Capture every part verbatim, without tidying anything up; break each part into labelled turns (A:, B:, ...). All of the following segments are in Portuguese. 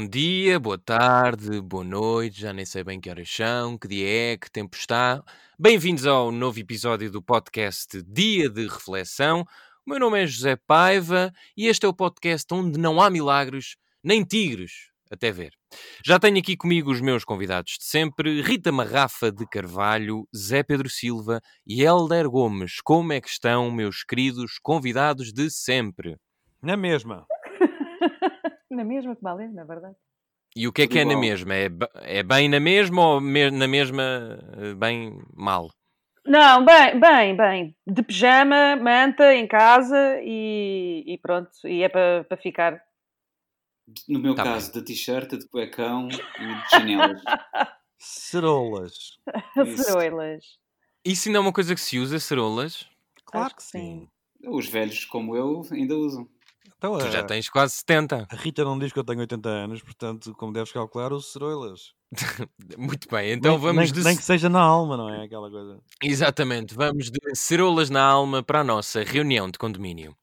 A: Bom dia, boa tarde, boa noite, já nem sei bem que horas são, que dia é, que tempo está. Bem-vindos ao novo episódio do podcast Dia de Reflexão. O meu nome é José Paiva e este é o podcast onde não há milagres, nem tigres, até ver. Já tenho aqui comigo os meus convidados de sempre, Rita Marrafa de Carvalho, Zé Pedro Silva e Hélder Gomes. Como é que estão, meus queridos convidados de sempre?
B: Na mesma.
C: Na mesma que vale, na verdade.
A: E o que é
B: Tudo
A: que é na
B: igual.
A: mesma? É, ba- é bem na mesma ou me- na mesma eh, bem mal?
C: Não, bem, bem, bem. De pijama, manta, em casa e, e pronto. E é para para ficar.
D: No meu
A: Tá
D: caso,
A: bem.
D: de t-shirt, de cuecão e de chinelas.
B: Cerolas.
D: Isso.
C: Ceroilas.
A: Isso ainda é uma coisa que se usa, cerolas?
B: Claro
C: Acho
B: que
C: que
B: sim.
D: Os velhos como eu ainda usam.
B: Então,
A: Tu já
B: a,
A: tens quase setenta.
B: a Rita não diz que eu tenho oitenta anos, portanto, como deves calcular, uso cerolas.
A: Muito bem, então
B: nem,
A: vamos
B: nem,
A: de...
B: nem que seja na alma, não é? Aquela coisa.
A: Exatamente, vamos de cerolas na alma para a nossa reunião de condomínio.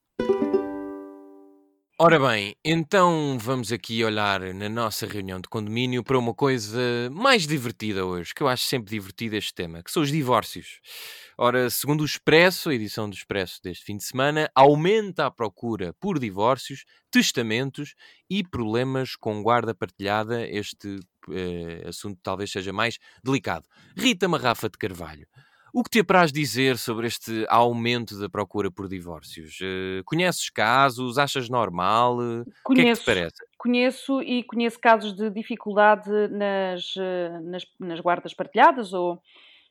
A: Ora bem, então vamos aqui olhar na nossa reunião de condomínio para uma coisa mais divertida hoje, que eu acho sempre divertido este tema, que são os divórcios. Ora, segundo o Expresso, a edição do Expresso deste fim de semana, aumenta a procura por divórcios, testamentos e problemas com guarda partilhada. Este eh, assunto talvez seja mais delicado. Rita Marrafa de Carvalho, o que te apraz dizer sobre este aumento da procura por divórcios? Eh, conheces casos? Achas normal? Eh, O que é que te
C: Conheço,
A: parece?
C: conheço e conheço casos de dificuldade nas, eh, nas, nas guardas partilhadas ou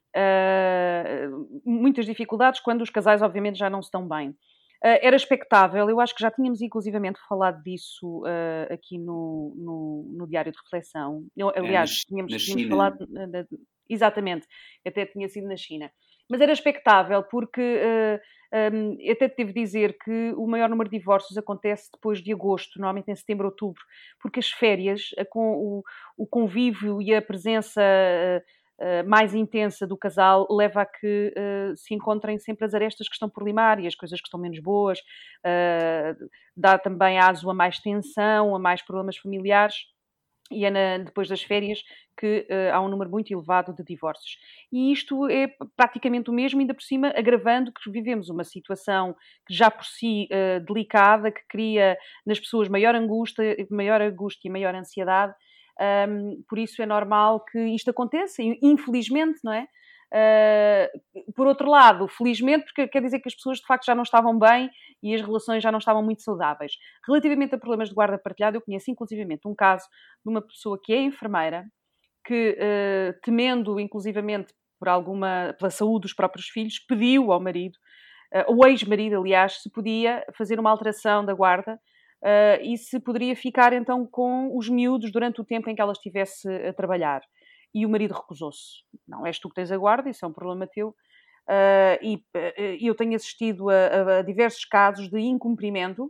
C: eh, muitas dificuldades quando os casais, obviamente, já não se dão bem. Eh, era expectável, eu acho que já tínhamos inclusivamente falado disso eh, aqui no, no, no Diário de Reflexão. Eu,
D: É, na,
C: aliás,
D: Chi-
C: tínhamos,
D: na
C: tínhamos
D: China.
C: falado, eh, da- exatamente, até tinha sido na China. Mas era expectável porque eh, um, até devo dizer que o maior número de divórcios acontece depois de agosto, normalmente em setembro, outubro, porque as férias, a- com o, o convívio e a presença eh, eh, mais intensa do casal leva a que eh, se encontrem sempre as arestas que estão por limar e as coisas que estão menos boas, eh, dá também aso a mais tensão, a mais problemas familiares. E é na- depois das férias que eh, há um número muito elevado de divórcios. E isto é praticamente o mesmo, ainda por cima, agravando que vivemos uma situação que já por si eh, delicada, que cria nas pessoas maior angústia, maior angústia e maior ansiedade. Ahm, por isso é normal que isto aconteça, e, infelizmente, não é? Ah, por outro lado, felizmente, porque quer dizer que as pessoas de facto já não estavam bem e as relações já não estavam muito saudáveis. Relativamente a problemas de guarda partilhada, eu conheço inclusivamente um caso de uma pessoa que é enfermeira, que, eh, temendo inclusivamente por alguma, pela saúde dos próprios filhos, pediu ao marido, eh, ao ex-marido, aliás, se podia fazer uma alteração da guarda eh, e se poderia ficar então com os miúdos durante o tempo em que ela estivesse a trabalhar. E o marido recusou-se. Não, és tu que tens a guarda, isso é um problema teu. Uh, e uh, eu tenho assistido a, a diversos casos de incumprimento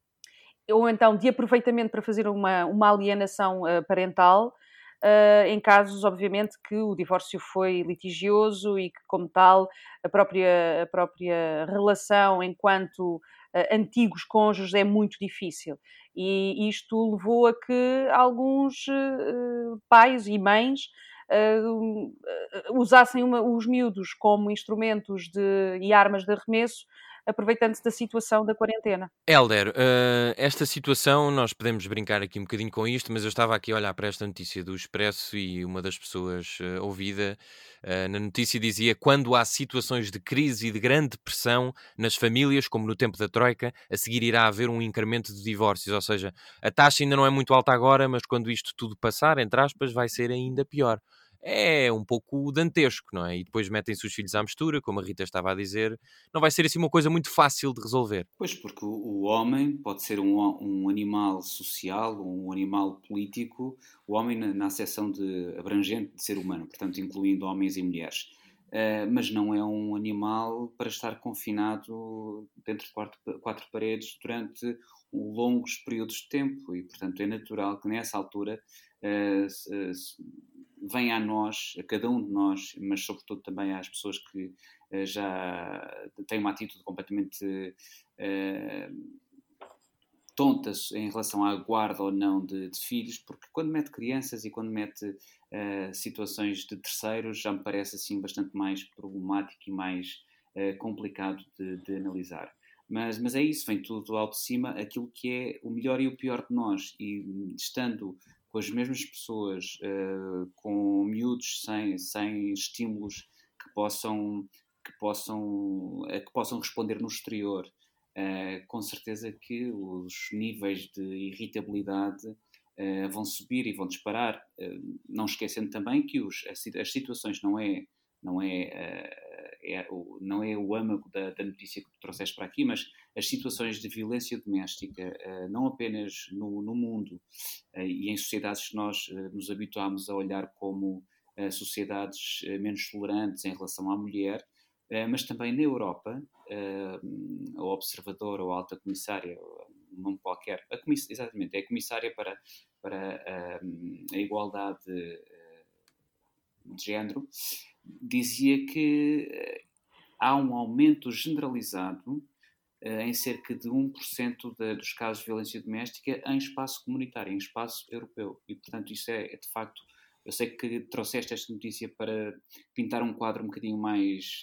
C: ou então de aproveitamento para fazer uma, uma alienação uh, parental, uh, em casos, obviamente, que o divórcio foi litigioso e que, como tal, a própria, a própria relação enquanto uh, antigos cônjuges é muito difícil. E isto levou a que alguns uh, pais e mães uh, usassem uma, os miúdos como instrumentos de, e armas de arremesso, aproveitando-se da situação da quarentena.
A: Hélder, eh, esta situação, nós podemos brincar aqui um bocadinho com isto, mas eu estava aqui a olhar para esta notícia do Expresso e uma das pessoas eh, ouvida eh, na notícia dizia: quando há situações de crise e de grande pressão nas famílias, como no tempo da Troika, a seguir irá haver um incremento de divórcios, ou seja, a taxa ainda não é muito alta agora, mas quando isto tudo passar, entre aspas, vai ser ainda pior. É um pouco dantesco, não é? E depois metem-se os filhos à mistura, como a Rita estava a dizer. Não vai ser assim uma coisa muito fácil de resolver.
D: Pois, porque o, o homem pode ser um, um animal social, um animal político, o homem na, na acessão de, abrangente de ser humano, portanto, incluindo homens e mulheres. Uh, mas não é um animal para estar confinado dentro de quatro, quatro paredes durante longos períodos de tempo e, portanto, é natural que nessa altura uh, se, se, venha a nós, a cada um de nós, mas sobretudo também às pessoas que uh, já têm uma atitude completamente uh, tontas em relação à guarda ou não de, de filhos, porque quando mete crianças e quando mete uh, situações de terceiros já me parece assim bastante mais problemático e mais uh, complicado de, de analisar. Mas, mas é isso, vem tudo ao de cima, aquilo que é o melhor e o pior de nós, e estando com as mesmas pessoas, uh, com miúdos sem, sem estímulos que possam, que, possam, uh, que possam responder no exterior, uh, com certeza que os níveis de irritabilidade uh, vão subir e vão disparar, uh, não esquecendo também que os, as, as situações não é, não é, uh, é o, não é o âmago da, da notícia que tu trouxeste para aqui, mas as situações de violência doméstica, uh, não apenas no, no mundo uh, e em sociedades que nós uh, nos habituámos a olhar como uh, sociedades uh, menos tolerantes em relação à mulher, uh, mas também na Europa, uh, a observadora ou a alta comissária, um nome qualquer, a comiss- exatamente, é a comissária para, para uh, a igualdade uh, de género, dizia que uh, há um aumento generalizado em cerca de um por cento de, dos casos de violência doméstica em espaço comunitário, em espaço europeu. E, portanto, isso é, é de facto... Eu sei que trouxeste esta notícia para pintar um quadro um bocadinho mais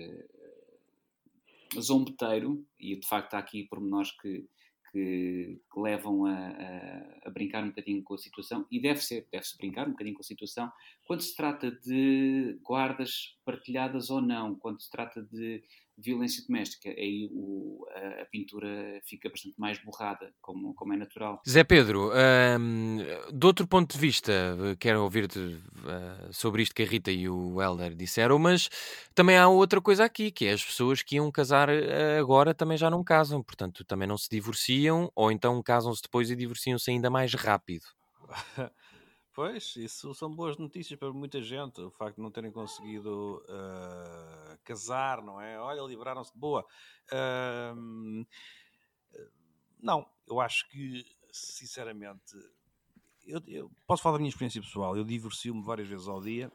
D: uh, zombeteiro, e de facto há aqui pormenores que, que, que levam a, a, a brincar um bocadinho com a situação, e deve ser, deve-se brincar um bocadinho com a situação, quando se trata de guardas partilhadas ou não, quando se trata de violência doméstica, aí o, a, a pintura fica bastante mais borrada, como, como é natural.
A: Zé Pedro, hum, de outro ponto de vista, quero ouvir-te uh, sobre isto que a Rita e o Hélder disseram, mas também há outra coisa aqui, que é as pessoas que iam casar agora também já não casam, portanto também não se divorciam, ou então casam-se depois e divorciam-se ainda mais rápido.
B: Pois, isso são boas notícias para muita gente, o facto de não terem conseguido uh, casar, não é? Olha, livraram-se de boa. Uh, não, eu acho que, sinceramente, eu, eu posso falar da minha experiência pessoal, eu divorcio-me várias vezes ao dia.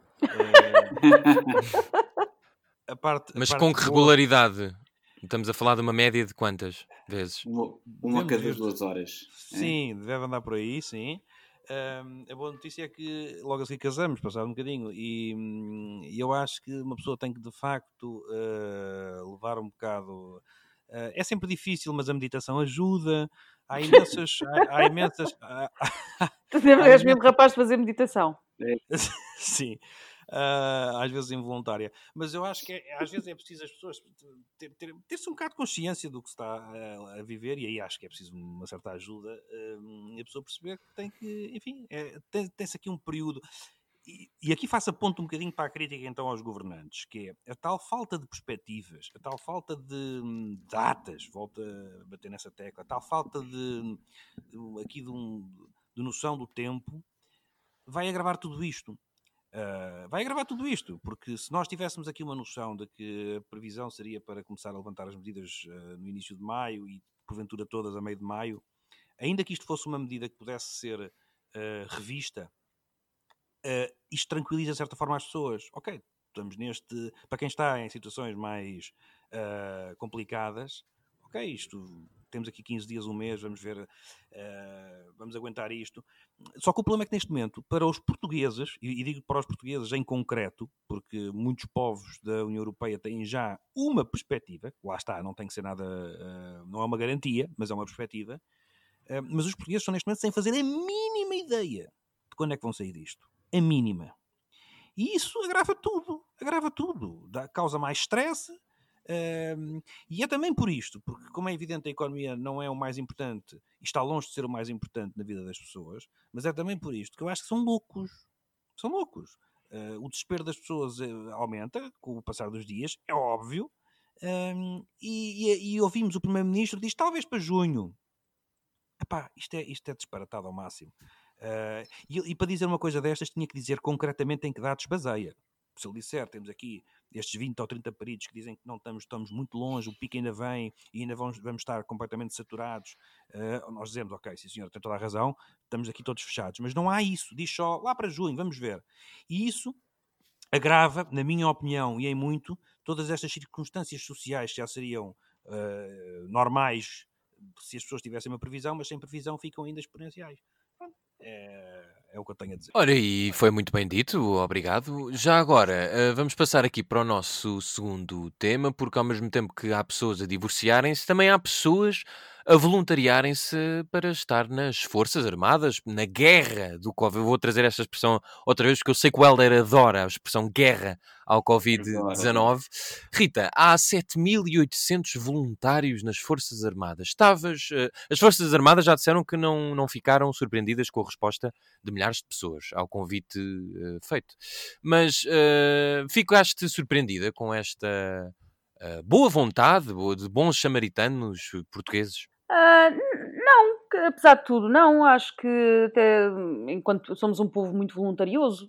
B: Uh, a parte, a
A: Mas
B: parte
A: com que regularidade? Estamos a falar de uma média de quantas vezes?
D: Uma, uma a cada
B: ver,
D: duas horas.
B: Sim, é? Deve andar por aí, sim. Um, a boa notícia é que logo assim casamos, passado um bocadinho, e, e eu acho que uma pessoa tem que de facto uh, levar um bocado. Uh, é sempre difícil, mas a meditação ajuda. Há imensas. há, há imensas. Há,
C: Tu és mesmo rapaz de fazer meditação.
B: Sim. Uh, às vezes involuntária, mas eu acho que é, às vezes é preciso as pessoas ter, ter, ter-se um bocado de consciência do que se está a, a viver, e aí acho que é preciso uma certa ajuda uh, e a pessoa perceber que tem que, enfim, é, tem, tem-se aqui um período, e, e aqui faço aponto um bocadinho para a crítica então aos governantes, que é a tal falta de perspectivas, a tal falta de datas, volto a bater nessa tecla, a tal falta de, de aqui de, um, de noção do tempo, vai agravar tudo isto. Uh, vai agravar tudo isto, porque se nós tivéssemos aqui uma noção de que a previsão seria para começar a levantar as medidas uh, no início de maio e porventura todas a meio de maio, ainda que isto fosse uma medida que pudesse ser uh, revista, uh, isto tranquiliza de certa forma as pessoas. Ok, estamos neste... Para quem está em situações mais uh, complicadas, ok, isto... Temos aqui quinze dias, um mês, vamos ver, uh, vamos aguentar isto. Só que o problema é que neste momento, para os portugueses, e digo para os portugueses em concreto, porque muitos povos da União Europeia têm já uma perspectiva, lá está, não tem que ser nada, uh, não é uma garantia, mas é uma perspectiva, uh, mas os portugueses estão neste momento sem fazer a mínima ideia de quando é que vão sair disto. A mínima. E isso agrava tudo, agrava tudo. Dá, causa mais stress. Um, e é também por isto, porque como é evidente a economia não é o mais importante e está longe de ser o mais importante na vida das pessoas, mas é também por isto que eu acho que são loucos, são loucos. Uh, o desespero das pessoas uh, aumenta com o passar dos dias, é óbvio, um, e, e, e ouvimos o Primeiro-Ministro diz talvez para junho. Epá, isto é, isto é disparatado ao máximo. Uh, e, e para dizer uma coisa destas tinha que dizer concretamente em que dados baseia. Se ele disser, temos aqui estes vinte ou trinta peritos que dizem que não estamos, estamos muito longe, o pico ainda vem e ainda vamos, vamos estar completamente saturados, uh, nós dizemos, ok, sim senhor, tem toda a razão, estamos aqui todos fechados, mas não há isso, diz só lá para junho, vamos ver. E isso agrava, na minha opinião, e em muito, todas estas circunstâncias sociais que já seriam uh, normais se as pessoas tivessem uma previsão, mas sem previsão ficam ainda exponenciais. Pronto, é, é o que eu tenho a dizer.
A: Ora, e foi muito bem dito, obrigado. Já agora, eh, vamos passar aqui para o nosso segundo tema, porque ao mesmo tempo que há pessoas a divorciarem-se, também há pessoas a voluntariarem-se para estar nas Forças Armadas, na guerra do Covid. Eu vou trazer esta expressão outra vez, porque eu sei que o Helder adora a expressão guerra ao Covid dezanove. Rita, há sete mil e oitocentos voluntários nas Forças Armadas. Estavas... eh, As Forças Armadas já disseram que não, não ficaram surpreendidas com a resposta de milhares de pessoas ao convite uh, feito. Mas uh, ficaste surpreendida com esta uh, boa vontade de bons samaritanos portugueses?
C: Uh, não, que, apesar de tudo, não. Acho que até enquanto somos um povo muito voluntarioso,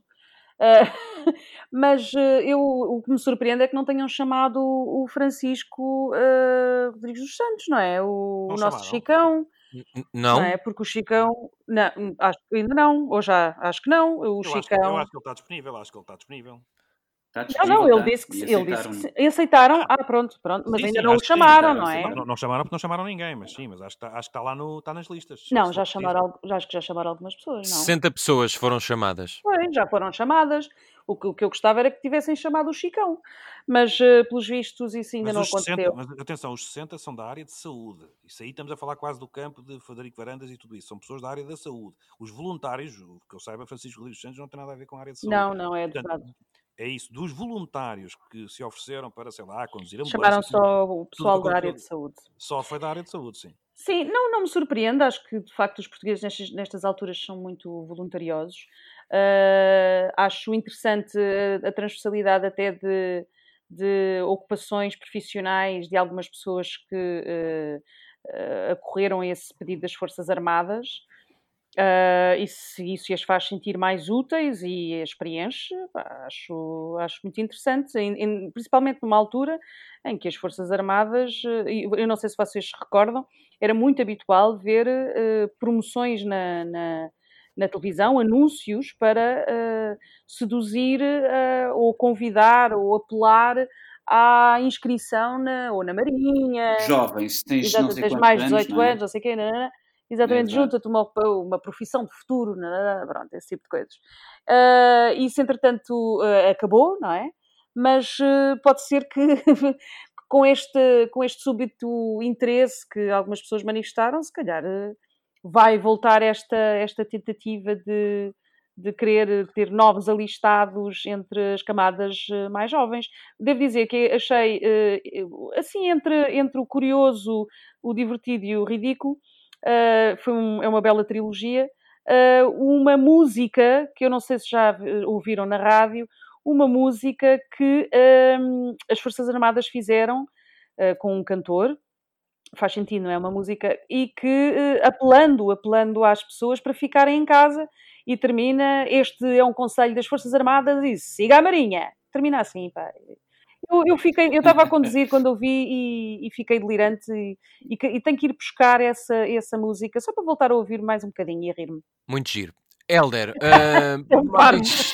C: uh, mas uh, eu, o que me surpreende é que não tenham chamado o Francisco uh, Rodrigues dos Santos, não é? O,
B: Não
C: o nosso
B: chamaram?
C: Chicão.
A: Não?
C: Não é? Porque o Chicão, não, acho que ainda não, ou já, acho que não. O
B: Eu acho, que- eu
C: Chicão.
B: acho que ele está disponível, acho que ele está disponível.
D: Está
C: Não,
D: disponível,
C: não, ele
D: tá?
C: disse que
D: E
C: sim, ele disse que
D: aceitaram-no.
C: sim. E aceitaram? Ah, pronto, pronto. Mas
B: Sim,
C: ainda
B: sim,
C: não o
B: acho que sim,
C: chamaram,
D: aceitaram,
C: não é?
D: aceitaram.
B: Não, não chamaram porque não chamaram ninguém, mas sim, mas acho que está, acho que está lá no, está nas listas. Só
C: Não,
B: se
C: já
B: for
C: chamaram,
B: preciso.
C: al- já acho que já chamaram algumas pessoas, não?
A: sessenta pessoas foram chamadas.
C: Pois, já foram chamadas. O que, o que eu gostava era que tivessem chamado o Chicão. Mas, eh, pelos vistos, isso ainda
B: Mas
C: não
B: os sessenta,
C: aconteceu.
B: mas atenção, os sessenta são da área de saúde. Isso aí estamos a falar quase do campo de Frederico Varandas e tudo isso. São pessoas da área da saúde. Os voluntários, o que eu saiba, Francisco Rodrigues Santos não tem nada a ver com a área de saúde.
C: Não, não é
B: Portanto,
C: advogado.
B: é isso. Dos voluntários que se ofereceram para, sei lá, conduzir ambulância,
C: Chamaram
B: tudo,
C: só o
B: tudo que
C: pessoal da área
B: aconteceu,
C: de saúde.
B: só foi da área de saúde, sim.
C: Sim, não, não me surpreende. Acho que, de facto, os portugueses nestas, nestas alturas são muito voluntariosos. Uh, acho interessante a, a transversalidade até de, de ocupações profissionais de algumas pessoas que uh, uh, acorreram a esse pedido das Forças Armadas. Uh, e se isso as faz sentir mais úteis e as preenche, pá, acho, acho muito interessante, em, em, principalmente numa altura em que as Forças Armadas, uh, eu não sei se vocês se recordam, era muito habitual ver uh, promoções na, na, na televisão, anúncios para uh, seduzir uh, ou convidar ou apelar à inscrição na, ou na Marinha,
D: Jovens, tens não
C: exato,
D: sei
C: tens
D: quantos
C: mais de
D: anos,
C: dezoito
D: não é?
C: anos, não sei o quê, não, não, não. Exatamente,
D: Exato.
C: junta-te uma, uma profissão de futuro, não, não, não, pronto, esse tipo de coisas. Uh, isso, entretanto, uh, acabou, não é? Mas uh, pode ser que com, este, com este súbito interesse que algumas pessoas manifestaram, se calhar uh, vai voltar esta, esta tentativa de, de querer ter novos alistados entre as camadas uh, mais jovens. Devo dizer que achei, uh, assim, entre, entre o curioso, o divertido e o ridículo, Uh, foi um, é uma bela trilogia. Uh, uma música que eu não sei se já ouviram na rádio, uma música que um, as Forças Armadas fizeram uh, com um cantor, faz sentido, não é? Uma música, e que uh, apelando, apelando às pessoas para ficarem em casa, e termina, este é um conselho das Forças Armadas e siga a Marinha. Termina assim, pá. Eu, eu fiquei, eu estava a conduzir quando ouvi e, e fiquei delirante e, e, e tenho que ir buscar essa, essa música só para voltar a ouvir mais um bocadinho e a rir-me.
A: Muito giro. Helder, uh, mais...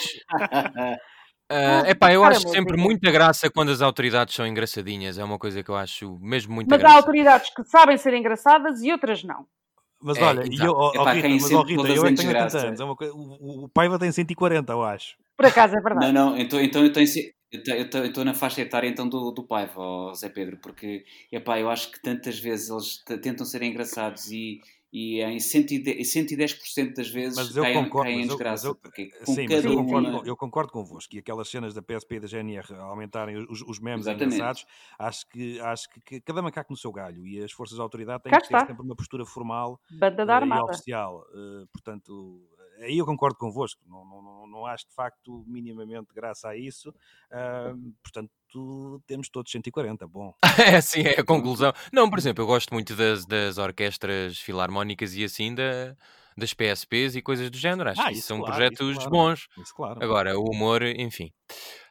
A: Uh, epá, eu acho sempre muita graça quando as autoridades são engraçadinhas. É uma coisa que eu acho mesmo muito
C: Mas
A: graça.
C: há autoridades que sabem ser engraçadas e outras não.
B: Mas
A: É,
B: olha,
A: exato.
B: e eu, oh,
D: Epá,
B: Rita,
D: quem
B: mas, oh,
D: sempre
B: Rita,
D: todas
B: eu é
D: em
B: que tenho oitenta
D: desgraça.
B: anos. É uma coisa, o, o Paiva tem cento e quarenta, eu acho.
C: Por acaso é verdade.
D: Não, não, então, então eu tenho eu estou na faixa etária então do, do Paiva, oh, Zé Pedro, porque epá, eu acho que tantas vezes eles t- tentam ser engraçados e, e em cento e dez por cento das vezes
B: Mas eu
D: caem,
B: concordo,
D: caem em
B: mas eu, mas
D: desgraça,
B: eu,
D: porque com
B: sim, mas
D: cada
B: eu concordo,
D: uma...
B: com, eu concordo convosco. E aquelas cenas da P S P e da G N R aumentarem os, os memes
D: Exatamente.
B: engraçados, acho que, acho que, que cada macaco no seu galho e as forças de autoridade têm
C: Cá
B: que ter
C: está.
B: sempre uma postura formal
C: Banda da
B: uh, e
C: Armada.
B: oficial. Uh, portanto, aí eu concordo convosco. Não, não, não, não acho de facto minimamente graça a isso. Uh, portanto, temos todos cento e quarenta. Bom.
A: É assim, é a conclusão. Não, por exemplo, eu gosto muito das, das orquestras filarmónicas e assim da, das P S Ps e coisas do género. Acho
B: Ah,
A: que isso
B: isso
A: são
B: claro,
A: projetos
B: isso claro.
A: bons.
B: Isso claro.
A: Agora, o humor, enfim.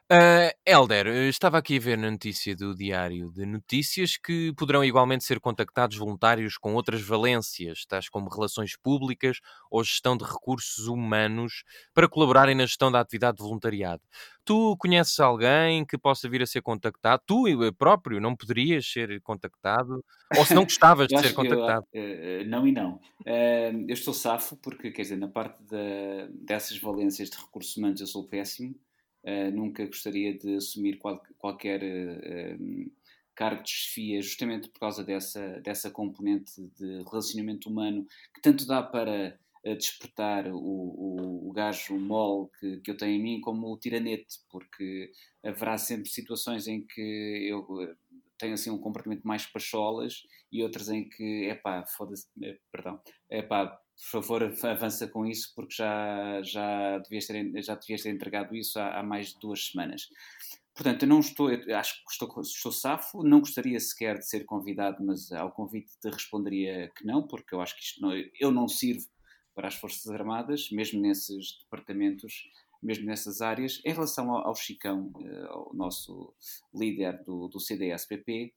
A: Uh, Hélder, uh, estava aqui a ver na notícia do Diário de Notícias que poderão igualmente ser contactados voluntários com outras valências, tais como relações públicas ou gestão de recursos humanos, para colaborarem na gestão da atividade de voluntariado. Tu conheces alguém que possa vir a ser contactado? Tu eh, próprio não poderias ser contactado? Ou se não gostavas
D: Eu
A: de ser
D: acho que eu,
A: contactado?
D: eh, não e não. Eh, eu estou safo porque, quer dizer, na parte da- dessas valências de recursos humanos eu sou péssimo. Eh, nunca gostaria de assumir qual- qualquer eh, eh, cargo de chefia, justamente por causa dessa, dessa componente de relacionamento humano que tanto dá para eh, despertar o, o, o gajo mole que, que eu tenho em mim, como o tiranete, porque haverá sempre situações em que eu eh, tenho assim um comportamento mais pacholas e outras em que, epá, foda-se, eh, perdão, epá, por favor, avança com isso porque já, já, devias, ter, já devias ter entregado isso há, há mais de duas semanas. Portanto, eu não estou, eu acho que estou, estou safo, não gostaria sequer de ser convidado, mas ao convite te responderia que não, porque eu acho que isto não, eu não sirvo para as Forças Armadas, mesmo nesses departamentos, mesmo nessas áreas. Em relação ao, ao Chicão, ao nosso líder do, do C D S P P,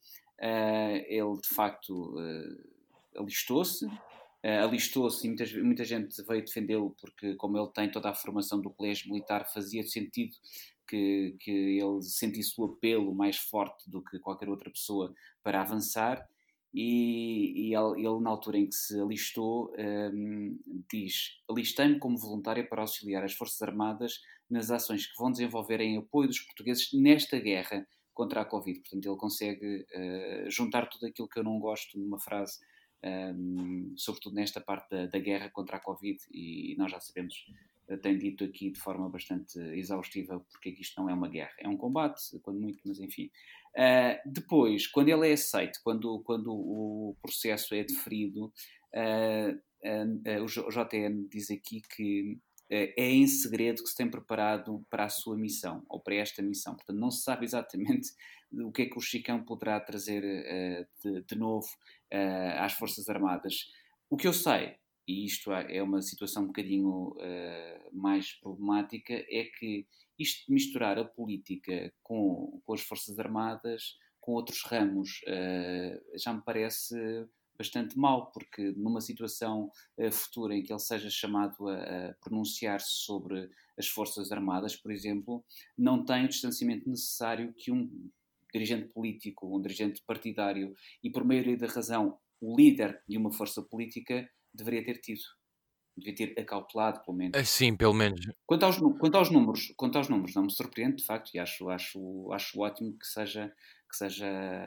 D: ele de facto alistou-se, Uh, alistou-se e muita, muita gente veio defendê-lo porque, como ele tem toda a formação do colégio militar, fazia sentido que, que ele sentisse o apelo mais forte do que qualquer outra pessoa para avançar. E, e ele, ele, na altura em que se alistou, um, diz: alistei-me como voluntário para auxiliar as Forças Armadas nas ações que vão desenvolver em apoio dos portugueses nesta guerra contra a Covid. Portanto, ele consegue uh, juntar tudo aquilo que eu não gosto numa frase. Um, sobretudo nesta parte da, da guerra contra a Covid, e nós já sabemos, tem dito aqui de forma bastante exaustiva porque é que isto não é uma guerra, é um combate, quando muito, mas enfim. Uh, depois, quando ele é aceito, quando, quando o processo é deferido, uh, uh, uh, o J N diz aqui que é em segredo que se tem preparado para a sua missão, ou para esta missão. Portanto, não se sabe exatamente o que é que o Chicão poderá trazer uh, de, de novo uh, às Forças Armadas. O que eu sei, e isto é uma situação um bocadinho uh, mais problemática, é que isto de misturar a política com, com as Forças Armadas, com outros ramos, uh, já me parece bastante mau, porque numa situação uh, futura em que ele seja chamado a, a pronunciar-se sobre as Forças Armadas, por exemplo, não tem o distanciamento necessário que um dirigente político, um dirigente partidário e, por maioria da razão, o líder de uma força política deveria ter tido. Devia ter acautelado, pelo menos.
A: Sim, pelo menos.
D: Quanto aos, quanto aos números, quanto aos números, não me surpreende, de facto, e acho, acho, acho ótimo que seja, que seja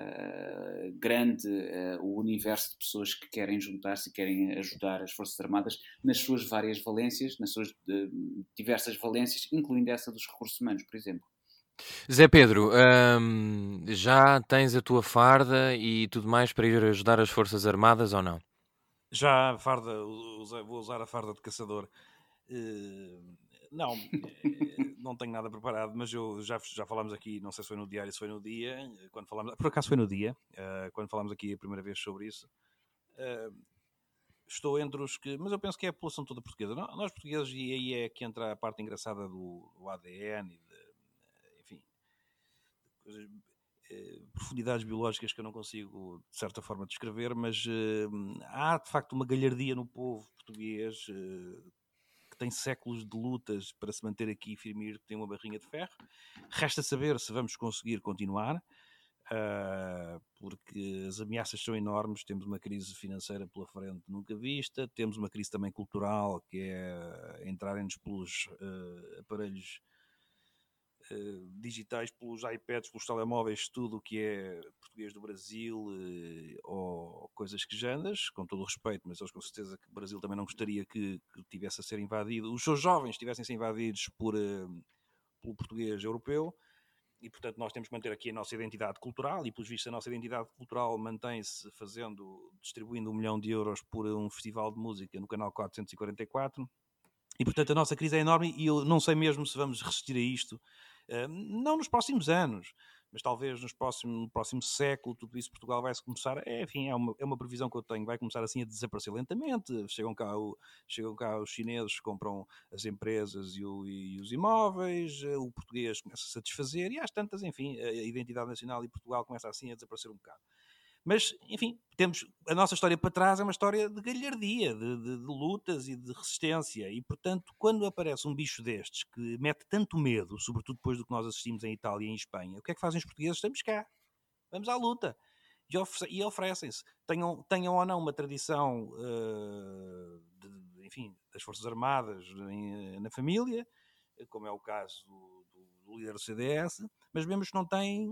D: grande uh, o universo de pessoas que querem juntar-se e querem ajudar as Forças Armadas nas suas várias valências, nas suas uh, diversas valências, incluindo essa dos recursos humanos, por exemplo.
A: Zé Pedro, hum, já tens a tua farda e tudo mais para ir ajudar as Forças Armadas ou não?
B: Já a farda, vou usar a farda de caçador. Uh, não, não tenho nada preparado, mas eu já, já falámos aqui, não sei se foi no diário, se foi no dia, quando falámos, por acaso foi no dia, uh, quando falámos aqui a primeira vez sobre isso. Uh, estou entre os que, mas eu penso que é a população toda portuguesa. Nós portugueses, e aí é que entra a parte engraçada do, do A D N e de, enfim, coisas, eh, profundidades biológicas que eu não consigo, de certa forma, descrever, mas eh, há de facto uma galhardia no povo português eh, que tem séculos de lutas para se manter aqui firme, que tem uma barrinha de ferro. Resta saber se vamos conseguir continuar, uh, porque as ameaças são enormes. Temos uma crise financeira pela frente nunca vista, temos uma crise também cultural, que é entrarem-nos pelos uh, aparelhos Uh, digitais, pelos iPads, pelos telemóveis, tudo o que é português do Brasil uh, ou coisas que jandas, com todo o respeito, mas eles com certeza que o Brasil também não gostaria que, que tivesse a ser invadido, os seus jovens tivessem a ser invadidos por, uh, pelo português europeu, e portanto nós temos que manter aqui a nossa identidade cultural, e pelos vistos a nossa identidade cultural mantém-se fazendo, distribuindo um milhão de euros por um festival de música no canal quatrocentos e quarenta e quatro, e portanto a nossa crise é enorme e eu não sei mesmo se vamos resistir a isto. Uh, não nos próximos anos, mas talvez nos próximo, no próximo século tudo isso Portugal vai-se começar, é, enfim, é uma, é uma previsão que eu tenho, vai começar assim a desaparecer lentamente, chegam cá, o, chegam cá os chineses, compram as empresas e, o, e os imóveis, o português começa-se a desfazer e às tantas, enfim, a identidade nacional e Portugal começa assim a desaparecer um bocado. Mas, enfim, temos a nossa história para trás é uma história de galhardia, de, de, de lutas e de resistência. E, portanto, quando aparece um bicho destes que mete tanto medo, sobretudo depois do que nós assistimos em Itália e em Espanha, o que é que fazem os portugueses? Estamos cá, vamos à luta. E, ofe- e oferecem-se. Tenham, tenham ou não uma tradição, uh, de, enfim, das Forças Armadas em, na família, como é o caso do, do, do líder do C D S, mas mesmo que não têm,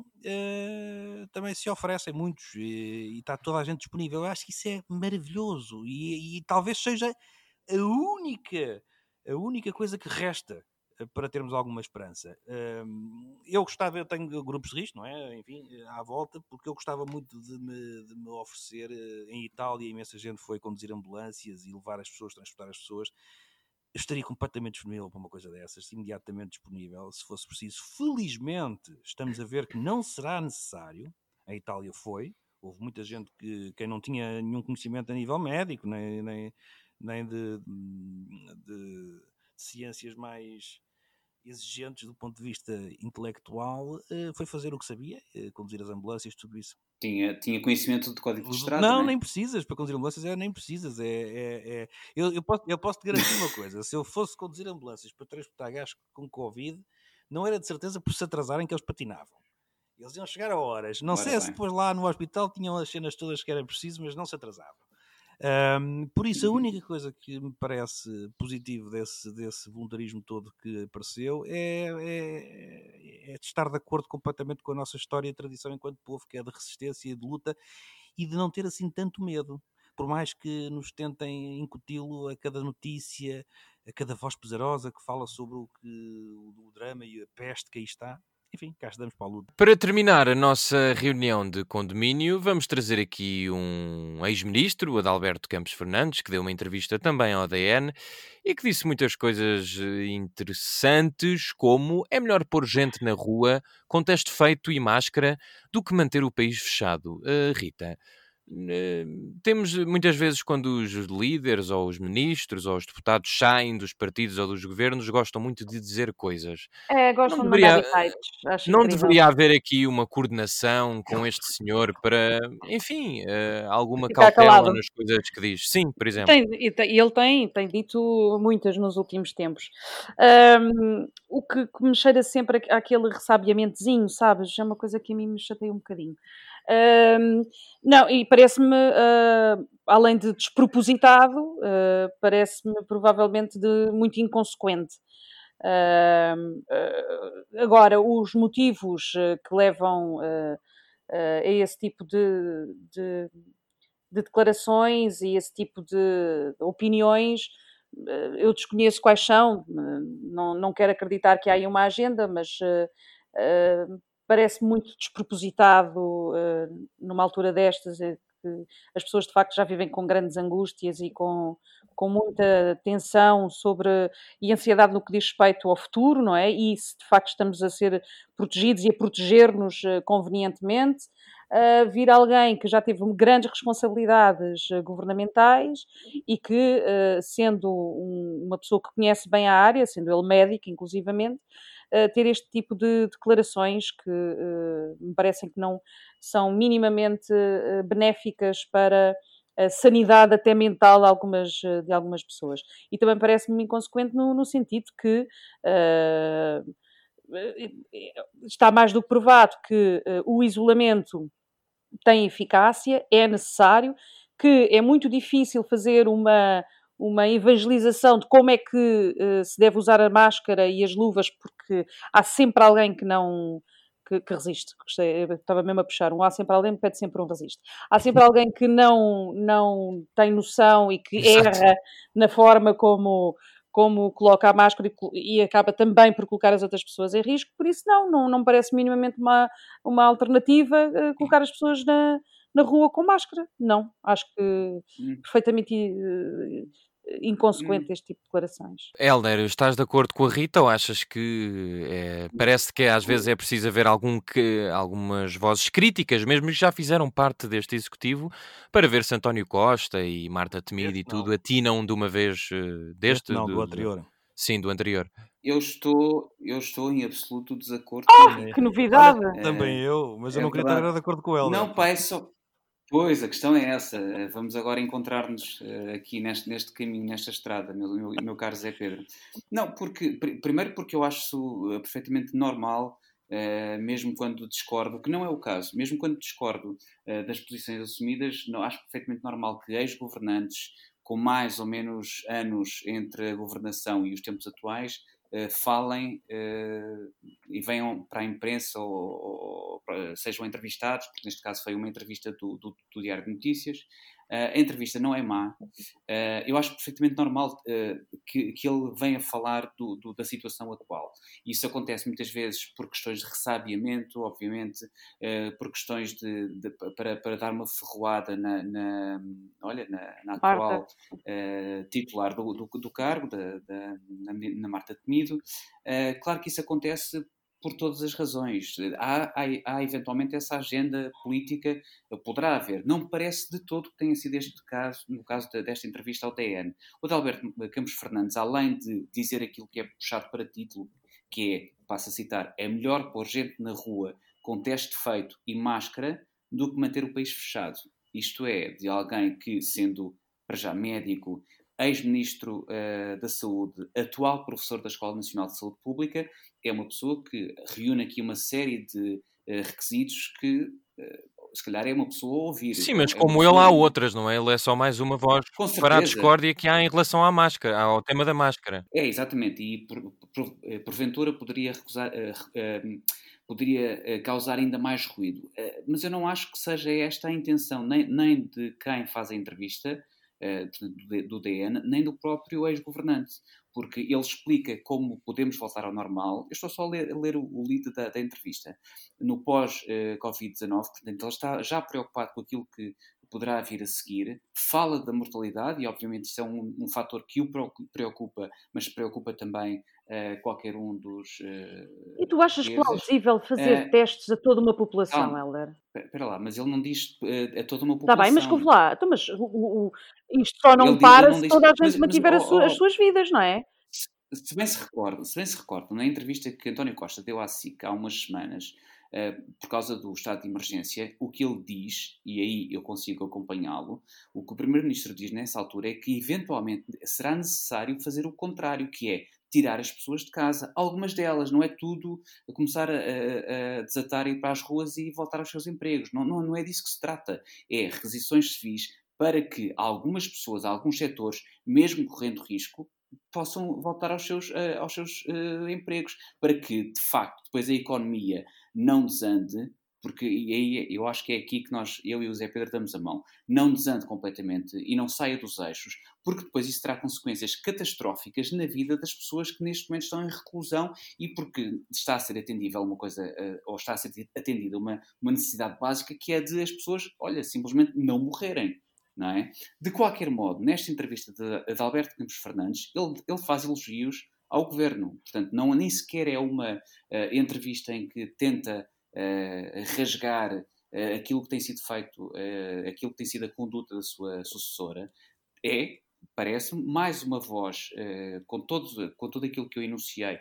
B: uh, também se oferecem muitos e, e está toda a gente disponível. Eu acho que isso é maravilhoso e, e talvez seja a única, a única coisa que resta para termos alguma esperança. Eu gostava, eu tenho grupos de risco, não é? Enfim, à volta, porque eu gostava muito de me, de me oferecer. Em Itália, imensa gente foi conduzir ambulâncias e levar as pessoas, transportar as pessoas. Eu estaria completamente disponível para uma coisa dessas, imediatamente disponível, se fosse preciso. Felizmente, estamos a ver que não será necessário. A Itália foi. Houve muita gente que quem não tinha nenhum conhecimento a nível médico, nem, nem, nem de, de, de ciências mais exigentes do ponto de vista intelectual, foi fazer o que sabia, conduzir as ambulâncias, tudo isso.
D: Tinha, tinha conhecimento de código de estrada,
B: não,
D: não é?
B: nem precisas, para conduzir ambulâncias é, nem precisas, é, é, é eu, eu, posso, eu posso te garantir uma coisa, se eu fosse conduzir ambulâncias para transportar gajos com Covid, não era de certeza por se atrasarem que eles patinavam. Eles iam chegar a horas. Não
D: Ora
B: sei
D: bem.
B: se depois lá no hospital tinham as cenas todas que era preciso, mas não se atrasavam. Um, por isso, a única coisa que me parece positivo desse, desse voluntarismo todo que apareceu é, é, é de estar de acordo completamente com a nossa história e tradição enquanto povo, que é de resistência e de luta e de não ter assim tanto medo. Por mais que nos tentem incuti-lo a cada notícia, a cada voz pesarosa que fala sobre o, que, o drama e a peste que aí está. Enfim, cá estamos para a luta.
A: Para terminar a nossa reunião de condomínio, vamos trazer aqui um ex-ministro, Adalberto Campos Fernandes, que deu uma entrevista também ao A D N e que disse muitas coisas interessantes, como é melhor pôr gente na rua com teste feito e máscara do que manter o país fechado. Uh, Rita, uh, temos muitas vezes quando os líderes ou os ministros ou os deputados saem dos partidos ou dos governos, gostam muito de dizer coisas.
C: É,
A: Não
C: gostam de mandar
A: deveria...
C: bitites, acho
A: Não
C: incrível.
A: deveria haver aqui uma coordenação com este senhor para, enfim, uh, alguma
C: Ficar
A: cautela
C: calado.
A: nas coisas que diz? Sim, por exemplo.
C: Tem, e tem- e ele tem, tem dito muitas nos últimos tempos. Um, o que, que me cheira sempre a- àquele ressabiamentozinho, sabes? É uma coisa que a mim me chateia um bocadinho. Um, não, e parece-me, uh, além de despropositado, uh, parece-me provavelmente de muito inconsequente. Uh, uh, agora, os motivos uh, que levam uh, uh, a esse tipo de, de, de declarações e esse tipo de opiniões, uh, eu desconheço quais são, uh, não, não quero acreditar que há aí uma agenda, mas uh, uh, parece muito despropositado uh, numa altura destas, uh, que as pessoas de facto já vivem com grandes angústias e com, com muita tensão sobre e ansiedade no que diz respeito ao futuro, não é? E se de facto estamos a ser protegidos e a proteger-nos uh, convenientemente, uh, vir alguém que já teve grandes responsabilidades uh, governamentais e que, uh, sendo um, uma pessoa que conhece bem a área, sendo ele médico inclusivamente, Uh, ter este tipo de declarações que uh, me parecem que não são minimamente uh, benéficas para a sanidade até mental de algumas, de algumas pessoas. E também parece-me inconsequente no, no sentido que uh, está mais do que provado que uh, o isolamento tem eficácia, é necessário, que é muito difícil fazer uma uma evangelização de como é que uh, se deve usar a máscara e as luvas, porque há sempre alguém que não... Que, que resiste. Gostei, eu estava mesmo a puxar um. Há sempre alguém que pede sempre um resiste. Há sempre alguém que não, não tem noção e que
A: Exato.
C: erra na forma como, como coloca a máscara e, e acaba também por colocar as outras pessoas em risco. Por isso, não, não, não me parece minimamente uma, uma alternativa uh, colocar as pessoas na, na rua com máscara. Não. Acho que
D: Hum.
C: perfeitamente... Uh, inconsequente
D: Hum.
C: deste tipo de declarações.
A: Hélder, estás de acordo com a Rita ou achas que é, parece que às vezes é preciso haver algum que, algumas vozes críticas, mesmo que já fizeram parte deste executivo, para ver se António Costa e Marta Temido e
B: Este não.
A: tudo atinam de uma vez eh,
B: Este
A: deste?
B: não, do
A: do- do-
B: anterior.
A: sim, do anterior.
D: Eu estou, eu estou em absoluto desacordo
C: Oh,
D: com a
B: Também,
D: Rita.
C: que
B: olha,
C: novidade!
B: também
D: Eh,
B: eu, mas eu
D: é
B: não queria estar
D: verdade.
B: de acordo com o Helder.
D: Não, pá, é só. Pois, a questão é essa. Eh, Vamos agora encontrar-nos eh, aqui neste, neste caminho, nesta estrada, meu, meu, meu caro Zé Pedro. Não, porque, pri- primeiro porque eu acho isso eh, perfeitamente normal, eh, mesmo quando discordo, que não é o caso, mesmo quando discordo eh, das posições assumidas, não, acho perfeitamente normal que ex-governantes com mais ou menos anos entre a governação e os tempos atuais eh, falem eh, e venham para a imprensa ou, ou para- sejam entrevistados, porque neste caso foi uma entrevista do, do, do Diário de Notícias. Uh, a entrevista não é má. Uh, eu acho perfeitamente normal uh, que, que ele venha falar do, do, da situação atual. Isso acontece muitas vezes por questões de ressabiamento, obviamente, uh, por questões de, de, para, para dar uma ferroada na, na, olha, na, na atual uh, titular do, do, do cargo, da, da, na, na Marta Temido. Uh, claro que isso acontece por todas as razões. Há, há, há eventualmente essa agenda política, poderá haver. Não me parece de todo que tenha sido este caso, no caso de, desta entrevista ao T N. O de Alberto Campos Fernandes, além de dizer aquilo que é puxado para título, que é, passo a citar, é melhor pôr gente na rua com teste feito e máscara do que manter o país fechado. Isto é, de alguém que, sendo para já médico, ex-ministro uh, da Saúde, atual professor da Escola Nacional de Saúde Pública, é uma pessoa que reúne aqui uma série de uh, requisitos que, uh, se calhar, é uma pessoa a ouvir.
A: Sim, mas
D: é
A: como ele há outras, não é? Ele é só mais uma voz para a discórdia que há em relação à máscara, ao tema da máscara.
D: É, exatamente. E, por, por, porventura, poderia recusar... Uh, uh, poderia causar ainda mais ruído. Mas eu não acho que seja esta a intenção, nem, nem de quem faz a entrevista, do D N, nem do próprio ex-governante, porque ele explica como podemos voltar ao normal. Eu estou só a ler, a ler o, o lead da, da entrevista. No pós-Covid dezanove, portanto, ele está já preocupado com aquilo que poderá vir a seguir, fala da mortalidade, e obviamente isso é um, um fator que o preocupa, mas preocupa também uh, qualquer um dos... Uh,
C: e tu achas plausível fazer uh, testes a toda uma população, Hélder?
D: Espera lá, mas ele não diz uh, a toda uma população.
C: Está bem, mas que lá, então, mas o, o, isto só não
D: ele
C: para
D: diz,
C: se
D: diz,
C: toda a gente
D: mas,
C: mantiver
D: mas,
C: as, su,
D: oh, oh,
C: as suas vidas, não é?
D: Se, se bem se recordam, se bem se recordam, na entrevista que António Costa deu à S I C há umas semanas, Uh, por causa do estado de emergência, o que ele diz, e aí eu consigo acompanhá-lo, o que o Primeiro-Ministro diz nessa altura é que eventualmente será necessário fazer o contrário, que é tirar as pessoas de casa, algumas delas, não é tudo a começar a, a, a desatar e ir para as ruas e voltar aos seus empregos, não, não, não é disso que se trata, é requisições civis para que algumas pessoas, alguns setores, mesmo correndo risco, possam voltar aos seus, uh, aos seus uh, empregos, para que, de facto, depois a economia não desande, porque e aí eu acho que é aqui que nós, eu e o Zé Pedro, damos a mão, não desande completamente e não saia dos eixos, porque depois isso terá consequências catastróficas na vida das pessoas que neste momento estão em reclusão e porque está a ser atendível uma coisa, uh, ou está a ser atendida uma, uma necessidade básica, que é de as pessoas, olha, simplesmente não morrerem. Não é? De qualquer modo, nesta entrevista de, de Alberto Campos Fernandes, ele, ele faz elogios ao governo. Portanto, não, nem sequer é uma uh, entrevista em que tenta uh, rasgar uh, aquilo que tem sido feito, uh, aquilo que tem sido a conduta da sua sucessora. É, parece-me, mais uma voz, uh, com, todo, com tudo aquilo que eu enunciei,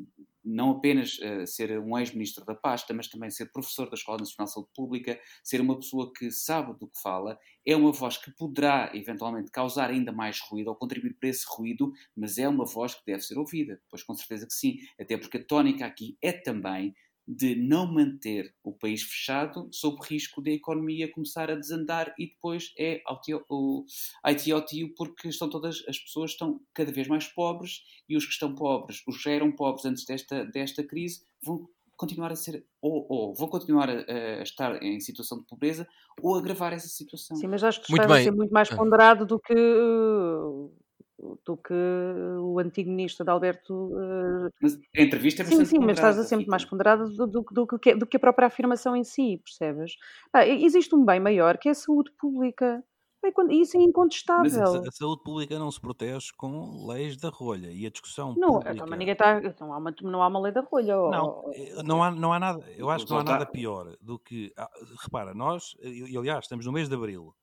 D: não apenas uh, ser um ex-ministro da pasta, mas também ser professor da Escola Nacional de Saúde Pública, ser uma pessoa que sabe do que fala, é uma voz que poderá eventualmente causar ainda mais ruído ou contribuir para esse ruído, mas é uma voz que deve ser ouvida, pois com certeza que sim, até porque a tónica aqui é também de não manter o país fechado sob risco da economia começar a desandar e depois é ao tio, o, ai tio, ao tio, porque estão todas, as pessoas estão cada vez mais pobres e os que estão pobres, os que já eram pobres antes desta, desta crise, vão continuar a ser, ou, ou vão continuar a, a estar em situação de pobreza ou agravar essa situação.
C: Sim, mas acho que tu
A: muito
C: estás
A: bem.
C: a ser muito mais ponderado do que... do que o antigo ministro de Alberto... Uh...
D: Mas a entrevista é bastante
C: Sim, sim, mas estás a ser muito mais ponderado do, do, do, do, do que a própria afirmação em si, percebes? Ah, existe um bem maior que é a saúde pública. É quando- Isso é
D: Mas
C: incontestável.
B: A, a saúde pública não se protege com leis da rolha. E a discussão
C: Não, então, mas
B: pública...
C: ninguém está. Não há uma, não há uma lei da rolha. ó-
B: Não,
C: ó-
B: eh,
C: ó,
B: não
C: Zé.
B: há, não há nada, eu acho que não há
D: Voltar-
B: nada pior do que, ah, repara, nós, e e, aliás, estamos no mês de Abril,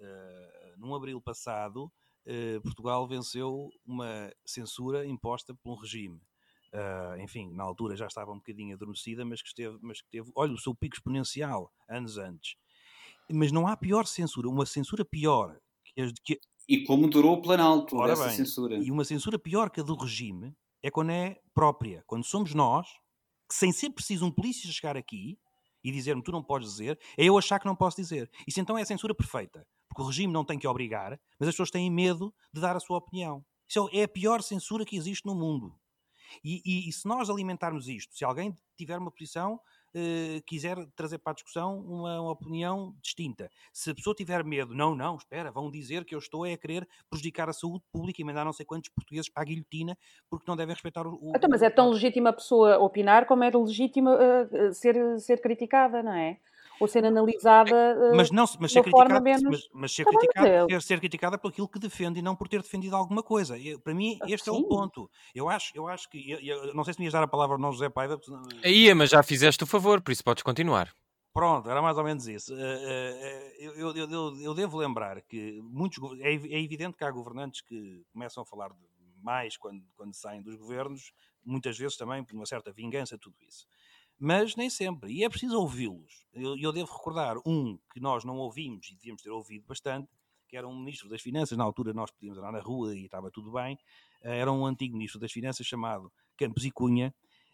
B: eh, num Abril passado, eh, Portugal venceu uma censura imposta por um regime, ah, enfim, na altura já estava um bocadinho adormecida, mas que esteve, mas que teve, olha, o seu pico exponencial, anos antes. Mas não há pior censura, uma censura pior que as de que...
D: E como durou o Planalto
B: Ora
D: dessa
B: bem,
D: censura.
B: e uma censura pior que a do regime é quando é própria. Quando somos nós, que sem ser preciso um polícia chegar aqui e dizer-me tu não podes dizer, é eu achar que não posso dizer. Isso então é a censura perfeita. Porque o regime não tem que obrigar, mas as pessoas têm medo de dar a sua opinião. Isso é a pior censura que existe no mundo. E, e, e se nós alimentarmos isto, se alguém tiver uma posição, eh, quiser trazer para a discussão uma, uma opinião distinta, se a pessoa tiver medo, não, não, espera, vão dizer que eu estou a querer prejudicar a saúde pública e mandar não sei quantos portugueses para a guilhotina porque não devem respeitar o... o,
C: Então, mas é
B: o...
C: tão legítima a pessoa opinar como é legítima uh, ser, ser criticada, não é? Ou ser analisada uh,
B: Mas, não, mas
C: de
B: ser
C: uma forma
B: criticada,
C: menos.
B: mas, mas ser,
C: Tá bem, mas
B: criticada,
C: é-
B: ser, ser criticada por aquilo que defende e não por ter defendido alguma coisa. Eu- para mim, este é o
C: Sim.
B: ponto. Eu acho, eu acho que. Eu, eu não sei se me ias dar a palavra ao não José Paiva. porque-
A: Aí, mas já fizeste o favor, por isso podes continuar.
B: Pronto, era mais ou menos isso. Eh, eh, eh, Eu, eu- eu- eu- eu devo lembrar que muitos. go- É ev- é evidente que há governantes que começam a falar de mais quando, quando saem dos governos, muitas vezes também por uma certa vingança, tudo isso. Mas nem sempre. E é preciso ouvi-los. Eu, eu devo recordar um que nós não ouvimos e devíamos ter ouvido bastante, que era um ministro das Finanças. Na altura nós podíamos andar na rua e estava tudo bem. Eh, Era um antigo ministro das Finanças chamado Campos e Cunha,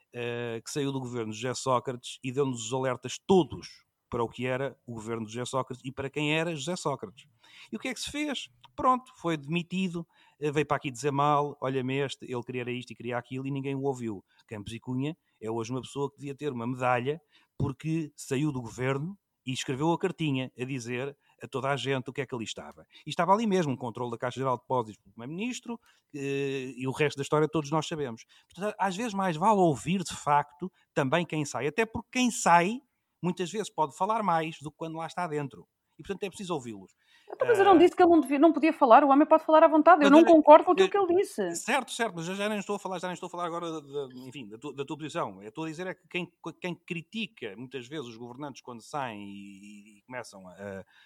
B: eh, que saiu do governo de José Sócrates e deu-nos os alertas todos para o que era o governo de José Sócrates e para quem era José Sócrates. E o que é que se fez? Pronto, foi demitido, eh, veio para aqui dizer mal, olha-me este, ele queria isto e queria aquilo e ninguém o ouviu. Campos e Cunha é hoje uma pessoa que devia ter uma medalha porque saiu do governo e escreveu a cartinha a dizer a toda a gente o que é que ali estava. E estava ali mesmo um controle da Caixa Geral de Depósitos pelo Primeiro-Ministro eh, e o resto da história todos nós sabemos. Portanto, às vezes mais vale ouvir de facto também quem sai, até porque quem sai muitas vezes pode falar mais do que quando lá está dentro. E portanto é preciso ouvi-los.
C: Então, mas eu não
B: Ah,
C: disse que ele não, devia- não podia falar, o homem pode falar à vontade. Eu
B: mas
C: não
B: eu-
C: concordo com aquilo
B: eu-
C: que ele disse.
B: Certo, certo, mas eu já nem estou a falar, já nem estou a falar agora, de- de- enfim, da tua, da tua posição. Eu estou a dizer é que quem, quem critica muitas vezes os governantes quando saem e, e começam a,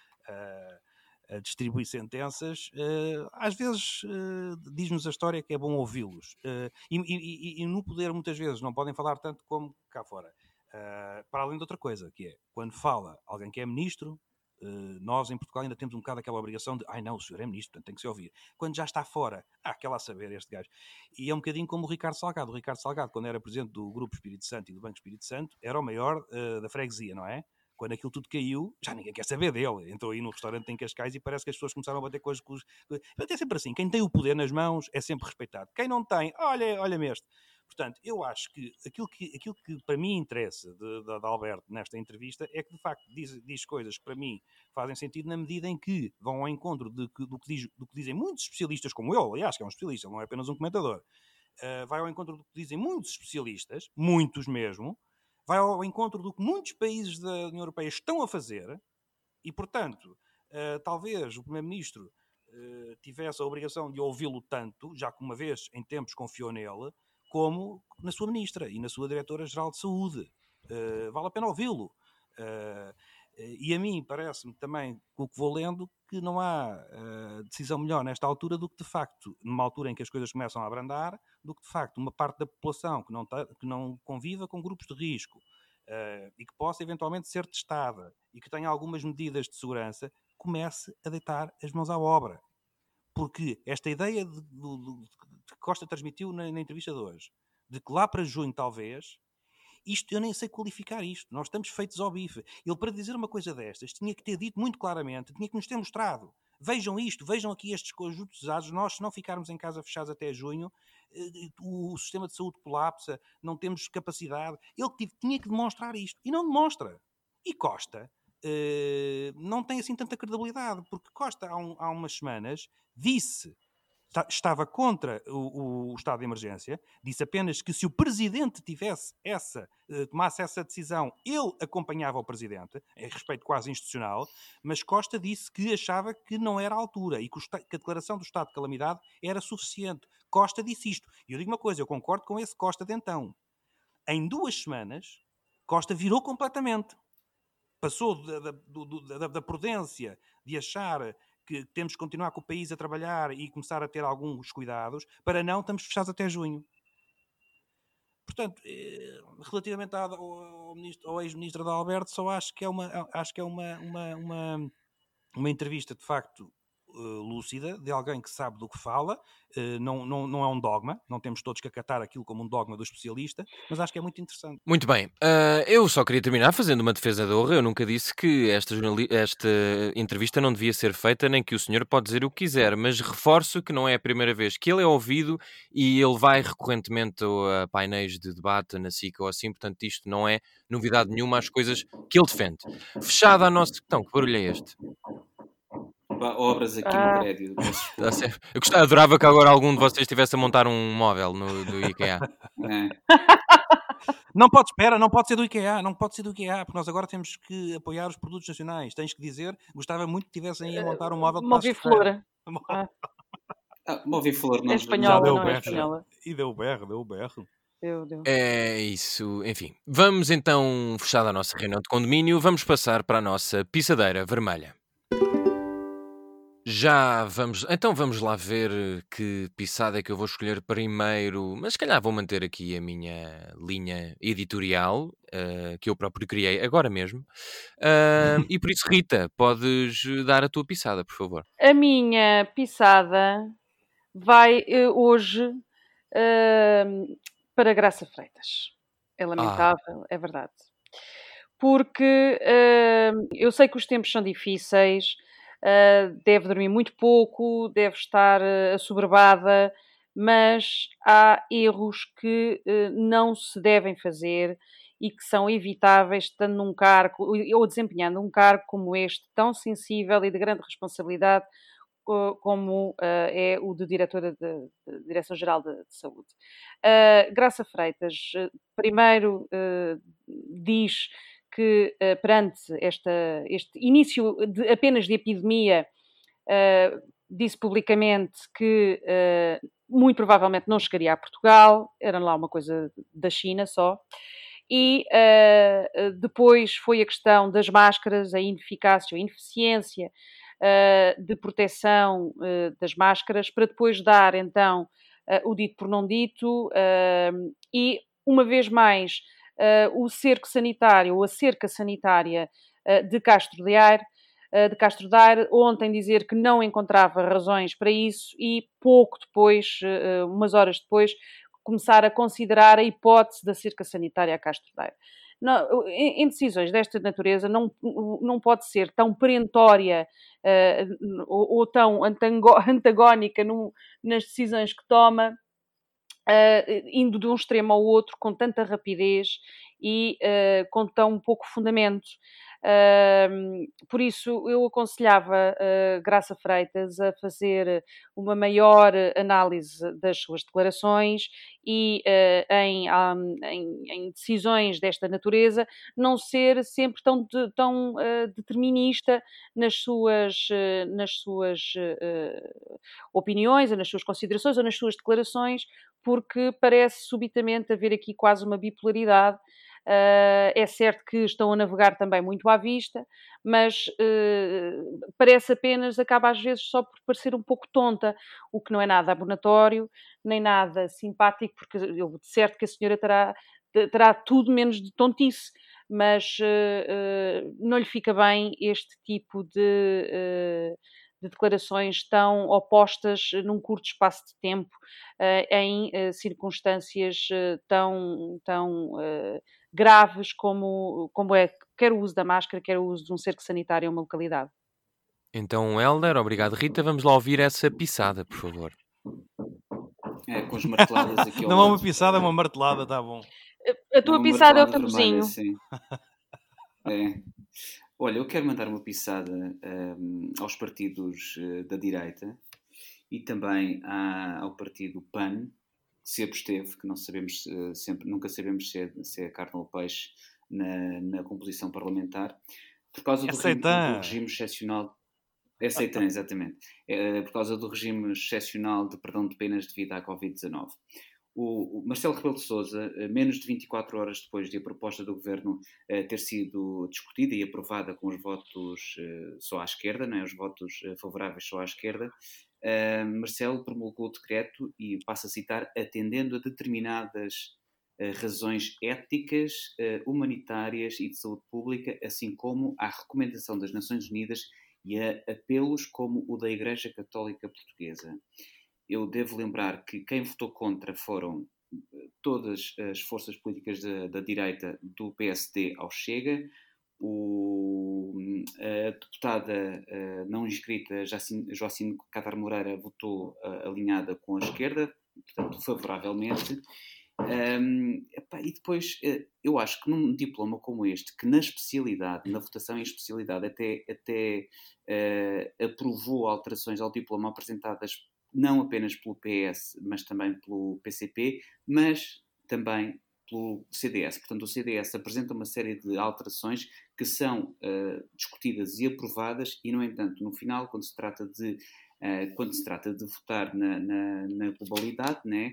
B: a- a distribuir sentenças, eh, às vezes eh, diz-nos a história que é bom ouvi-los. Eh, e, e- e- e no poder muitas vezes não podem falar tanto como cá fora. Eh, para além de outra coisa, que é, quando fala alguém que é ministro, eh, nós em Portugal ainda temos um bocado aquela obrigação de ai não, o senhor é ministro, portanto tem que se ouvir. Quando já está fora, há aquela a saber este gajo. E é um bocadinho como o Ricardo Salgado. O Ricardo Salgado, quando era presidente do Grupo Espírito Santo e do Banco Espírito Santo, era o maior eh, da freguesia, não é? Quando aquilo tudo caiu, já ninguém quer saber dele. Entrou aí no restaurante em Cascais e parece que as pessoas começaram a bater coisas com os... Portanto, é sempre assim. Quem tem o poder nas mãos é sempre respeitado. Quem não tem, olha, olha-me este. Portanto, eu acho que aquilo que, aquilo que para mim interessa de, de, de Alberto nesta entrevista é que, de facto, diz, diz coisas que para mim fazem sentido na medida em que vão ao encontro de, de, do, que diz, do que dizem muitos especialistas, como eu, aliás, que é um especialista, não é apenas um comentador. Uh, vai ao encontro do que dizem muitos especialistas, muitos mesmo, vai ao encontro do que muitos países da União Europeia estão a fazer e, portanto, uh, talvez o Primeiro-Ministro uh, tivesse a obrigação de ouvi-lo tanto, já que uma vez em tempos confiou nele, como na sua Ministra e na sua Diretora-Geral de Saúde. Uh, vale a pena ouvi-lo. Uh, e a mim parece-me também, com o que vou lendo, que não há uh, decisão melhor nesta altura do que, de facto, numa altura em que as coisas começam a abrandar, do que, de facto, uma parte da população que não, tá, que não conviva com grupos de risco uh, e que possa, eventualmente, ser testada e que tenha algumas medidas de segurança, comece a deitar as mãos à obra. Porque esta ideia de, de, de, de que Costa transmitiu na, na entrevista de hoje, de que lá para junho, talvez... Isto, eu nem sei qualificar isto. Nós estamos feitos ao bife. Ele, para dizer uma coisa destas, tinha que ter dito muito claramente, tinha que nos ter mostrado. Vejam isto, vejam aqui estes conjuntos usados. Nós, se não ficarmos em casa fechados até junho, o sistema de saúde colapsa, não temos capacidade. Ele tinha que demonstrar isto. E não demonstra. E Costa uh, não tem assim tanta credibilidade, porque Costa, há, um, há umas semanas, disse estava contra o, o estado de emergência, disse apenas que se o Presidente tivesse essa, tomasse essa decisão, ele acompanhava o Presidente, em respeito quase institucional, mas Costa disse que achava que não era a altura e que, o, que a declaração do estado de calamidade era suficiente. Costa disse isto. E eu digo uma coisa, eu concordo com esse Costa de então. Em duas semanas, Costa virou completamente. Passou da, da, da, da prudência de achar que temos que continuar com o país a trabalhar e começar a ter alguns cuidados, para não, estamos fechados até junho. Portanto, relativamente ao, ao, ministro, ao ex-ministro da Alberto, só acho que é uma, acho que é uma, uma, uma, uma entrevista, de facto, lúcida, de alguém que sabe do que fala, não, não, não é um dogma, não temos todos que acatar aquilo como um dogma do especialista, mas acho que é muito interessante.
A: Muito bem, uh, eu só queria terminar fazendo uma defesa de honra. Eu nunca disse que esta, esta entrevista não devia ser feita, nem que o senhor pode dizer o que quiser, mas reforço que não é a primeira vez que ele é ouvido e ele vai recorrentemente a painéis de debate na S I C ou assim, portanto isto não é novidade nenhuma às coisas que ele defende. Fechada a nossa questão, que barulho é este?
D: Obras aqui
C: Ah.
D: no prédio.
A: Eu gostava, adorava que agora algum de vocês estivesse a montar um móvel no, do IKEA.
D: É.
B: Não pode, espera, não pode ser do IKEA, não pode ser do IKEA, porque nós agora temos que apoiar os produtos nacionais. Tens que dizer, gostava muito que tivessem aí a montar um móvel de
C: Moviflor.
D: Ah, Moviflor
C: É
D: não
C: espanhola,
B: deu
C: não é
B: berro.
C: espanhola.
B: E deu berro, deu berro.
C: Deu, deu.
A: É isso, enfim. Vamos então, fechada a nossa reunião de condomínio, vamos passar para a nossa pisadeira vermelha. Já vamos, então vamos lá ver que pisada é que eu vou escolher primeiro, mas se calhar vou manter aqui a minha linha editorial, uh, que eu próprio criei agora mesmo, uh, e por isso, Rita, podes dar a tua pisada, por favor.
C: A minha pisada vai uh, hoje uh, para Graça Freitas. É lamentável, ah. é verdade. Porque uh, eu sei que os tempos são difíceis. Uh, deve dormir muito pouco, deve estar uh, assoberbada, mas há erros que uh, não se devem fazer e que são evitáveis estando num cargo ou desempenhando um cargo como este, tão sensível e de grande responsabilidade uh, como uh, é o de diretora de, de Direção-Geral de, de Saúde. Uh, Graça Freitas, uh, primeiro uh, diz que uh, perante esta, este início de, apenas de epidemia, uh, disse publicamente que uh, muito provavelmente não chegaria a Portugal, era lá uma coisa da China só, e uh, depois foi a questão das máscaras, a ineficácia, a ineficiência uh, de proteção uh, das máscaras, para depois dar então uh, o dito por não dito, uh, e uma vez mais Uh, o cerco sanitário, ou a cerca sanitária uh, de Castro Daire, uh, de Castro Daire, ontem dizer que não encontrava razões para isso e pouco depois, uh, umas horas depois, começar a considerar a hipótese da cerca sanitária a Castro Daire. Não, em, em decisões desta natureza não, não pode ser tão perentória uh, ou, ou tão antagónica no, nas decisões que toma, Uh, indo de um extremo ao outro com tanta rapidez e uh, com tão pouco fundamento. Uh, por isso, eu aconselhava uh, Graça Freitas a fazer uma maior análise das suas declarações e uh, em, um, em, em decisões desta natureza não ser sempre tão, de, tão uh, determinista nas suas, uh, nas suas uh, opiniões, ou nas suas considerações ou nas suas declarações, porque parece subitamente haver aqui quase uma bipolaridade. Uh, é certo que estão a navegar também muito à vista, mas uh, parece apenas, acaba às vezes só por parecer um pouco tonta, o que não é nada abonatório, nem nada simpático, porque eu certo que a senhora terá, terá tudo menos de tontice, mas uh, uh, não lhe fica bem este tipo de... Uh, de declarações tão opostas num curto espaço de tempo, uh, em uh, circunstâncias uh, tão, tão uh, graves como, como é quer o uso da máscara, quer o uso de um cerco sanitário em uma localidade.
A: Então, Hélder, obrigado, Rita. Vamos lá ouvir essa pisada, por favor.
D: É, com as marteladas aqui ao
B: Não
D: lado.
B: é uma pisada, é uma martelada, está bom.
C: A, a tua
D: Uma
C: pisada é o
D: martelada
C: tamborzinho.
D: vermelha, sim. É. Olha, eu quero mandar uma pisada um, aos partidos uh, da direita e também à, ao partido PAN, que se absteve, que não sabemos, sempre, nunca sabemos se é, se é carne ou peixe na, na composição parlamentar, por causa do, regime, do regime excepcional. É Seitan, exatamente. É, por causa do regime excepcional de perdão de penas devido à covid dezanove. O, o Marcelo Rebelo de Sousa, menos de vinte e quatro horas depois de a proposta do Governo uh, ter sido discutida e aprovada com os votos uh, só à esquerda, não é? Os votos uh, favoráveis só à esquerda, uh, Marcelo promulgou o decreto e, passo a citar, atendendo a determinadas uh, razões éticas, uh, humanitárias e de saúde pública, assim como à recomendação das Nações Unidas e a apelos como o da Igreja Católica Portuguesa. Eu devo lembrar que quem votou contra foram todas as forças políticas da, da direita, do P S D ao Chega. O, a deputada a não inscrita Joacine Catar Moreira votou a, alinhada com a esquerda, portanto favoravelmente. Um, epá, e depois eu acho que num diploma como este, que na especialidade, na votação em especialidade até, até uh, aprovou alterações ao diploma apresentadas não apenas pelo P S, mas também pelo P C P, mas também pelo C D S. Portanto, o C D S apresenta uma série de alterações que são uh, discutidas e aprovadas e, no entanto, no final, quando se trata de, uh, quando se trata de votar na, na, na globalidade, né,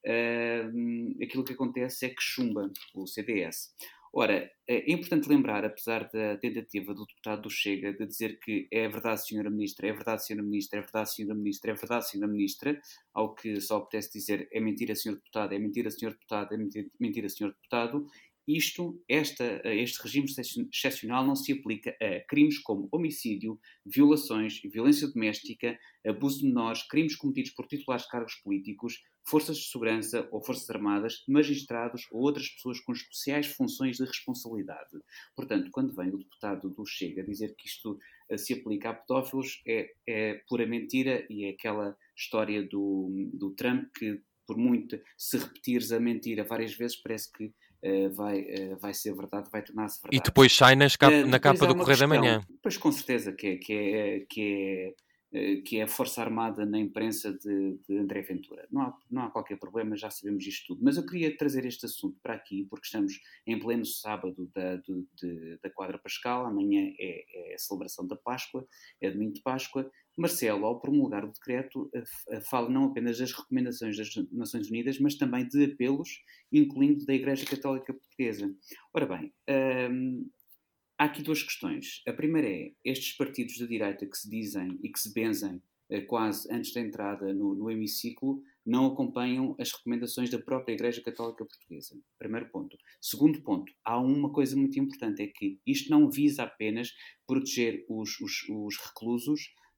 D: uh, aquilo que acontece é que chumba o C D S. Ora, é importante lembrar, apesar da tentativa do deputado do Chega de dizer que é verdade, senhora Ministra, é verdade, senhora Ministra, é verdade, senhora Ministra, é verdade, senhora Ministra, ao que só pudesse dizer é mentira, senhor Deputado, é mentira, senhor Deputado, é mentira, mentira senhor Deputado, isto, esta, este regime excepcional não se aplica a crimes como homicídio, violações, violência doméstica, abuso de menores, crimes cometidos por titulares de cargos políticos, forças de segurança ou forças armadas, magistrados ou outras pessoas com especiais funções de responsabilidade. Portanto, quando vem o deputado do Chega dizer que isto uh, se aplica a pedófilos, é, é pura mentira e é aquela história do, do Trump que, por muito se repetires a mentira várias vezes, parece que uh, vai, uh, vai ser verdade, vai tornar-se verdade.
A: E depois sai nas cap-
D: uh,
A: na capa do Correio
D: questão,
A: da Manhã.
D: Pois com certeza que é, que é, que é que é a Força Armada na imprensa de, de André Ventura. Não há, não há qualquer problema, já sabemos isto tudo. Mas eu queria trazer este assunto para aqui, porque estamos em pleno sábado da, do, de, da Quadra Pascal, amanhã é, é a celebração da Páscoa, é domingo de Páscoa. Marcelo, ao promulgar o decreto, fala não apenas das recomendações das Nações Unidas, mas também de apelos, incluindo da Igreja Católica Portuguesa. Ora bem, hum, há aqui duas questões. A primeira é, estes partidos de direita que se dizem e que se benzem eh, quase antes da entrada no, no hemiciclo, não acompanham as recomendações da própria Igreja Católica Portuguesa. Primeiro ponto. Segundo ponto, há uma coisa muito importante, é que isto não visa apenas proteger os, os, os reclusos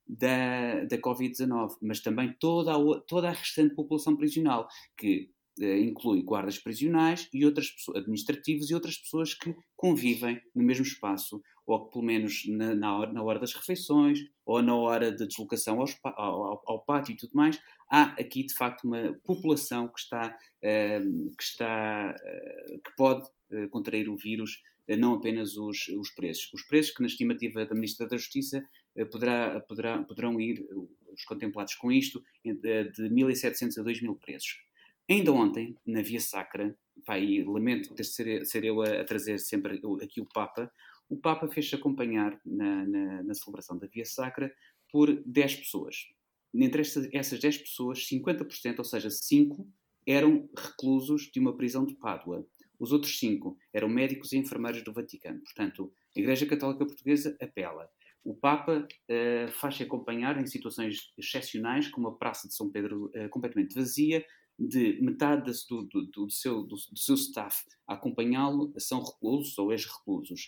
D: da, da covid dezanove, mas também toda a, toda a restante população prisional, que Uh, inclui guardas prisionais e outras pessoas, administrativos e outras pessoas que convivem no mesmo espaço, ou que pelo menos na, na, hora, na hora das refeições, ou na hora de deslocação aos, ao, ao pátio e tudo mais, há aqui de facto uma população que está, uh, que, está uh, que pode uh, contrair o vírus, uh, não apenas os, os presos. Os presos que na estimativa da Ministra da Justiça uh, poderá, poderá, poderão ir, uh, os contemplados com isto, uh, de mil e setecentos a dois mil presos. Ainda ontem, na Via Sacra, pá, e lamento ter ser, ser eu a, a trazer sempre aqui o Papa, o Papa fez-se acompanhar na, na, na celebração da Via Sacra por dez pessoas. Entre essas, essas dez pessoas, cinquenta por cento, ou seja, cinco, eram reclusos de uma prisão de Pádua. Os outros cinco eram médicos e enfermeiros do Vaticano. Portanto, a Igreja Católica Portuguesa apela. O Papa uh, faz-se acompanhar em situações excepcionais, como a Praça de São Pedro uh, completamente vazia, de metade do, do, do, seu, do, do seu staff a acompanhá-lo são reclusos ou ex-reclusos.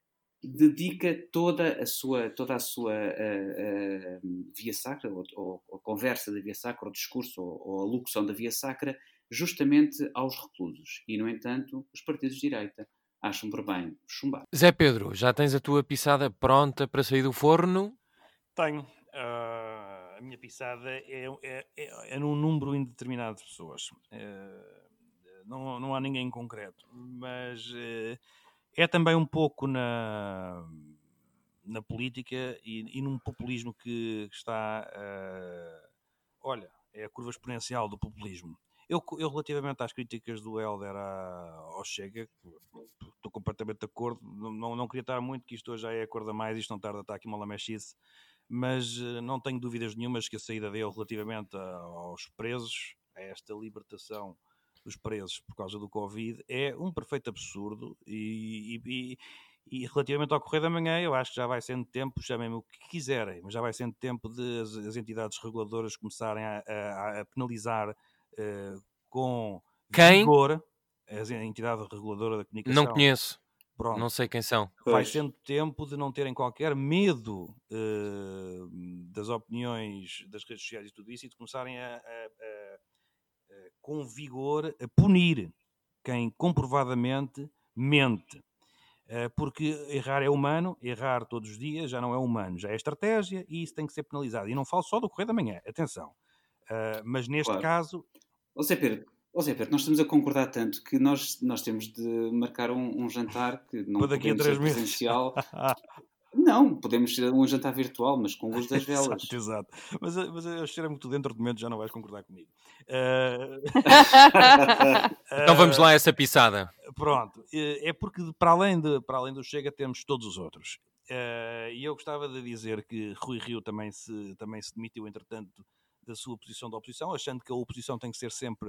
D: Dedica toda a sua, toda a sua uh, uh, via sacra, ou, ou, ou conversa da via sacra, ou discurso, ou, ou a locução da via sacra, justamente aos reclusos. E, no entanto, os partidos de direita acham por bem chumbar.
A: Zé Pedro, já tens a tua pisada pronta para sair do forno?
B: Tenho. Uh... A minha pisada é, é, é, é num número indeterminado de pessoas. É, não, não há ninguém em concreto. Mas é, é também um pouco na, na política e, e num populismo que está uh, olha, é a curva exponencial do populismo. Eu, eu relativamente às críticas do Hélder ao Chega, estou completamente de acordo, não, não, não queria estar muito, que isto hoje já é a cor da mais, isto não tarda, está aqui uma lamechice, mas não tenho dúvidas nenhumas que a saída dele relativamente aos presos, a esta libertação dos presos por causa do Covid, é um perfeito absurdo e, e, e relativamente ao Correio da Manhã, eu acho que já vai sendo tempo, chamem-me o que quiserem, mas já vai sendo tempo de as, as entidades reguladoras começarem a, a, a penalizar uh, com
A: Quem?
B: vigor a entidade reguladora da comunicação.
A: Não conheço.
B: Pronto.
A: Não sei quem são.
B: Vai
D: Pois.
B: sendo tempo de não terem qualquer medo uh, das opiniões das redes sociais e tudo isso e de começarem a, a, a, a com vigor a punir quem comprovadamente mente. Uh, porque errar é humano, errar todos os dias já não é humano, já é estratégia e isso tem que ser penalizado. E não falo só do Correio da Manhã, atenção. Uh, mas neste
D: Claro.
B: caso...
D: Ó Zé Pedro, ó Zé Pedro, nós estamos a concordar tanto que nós, nós temos de marcar um, um jantar que não
B: Para daqui a
D: podemos
B: três
D: ser
B: meses.
D: presencial. Não, podemos ser um jantar virtual, mas com luz das velas.
B: Exato, exato. Mas, mas eu cheiro-me que tu dentro de momento já não vais concordar comigo. Uh...
A: Então vamos lá a essa pisada.
B: Pronto, é porque para além, de, para além do Chega temos todos os outros. E eu gostava de dizer que Rui Rio também se, também se demitiu, entretanto, da sua posição de oposição, achando que a oposição tem que ser sempre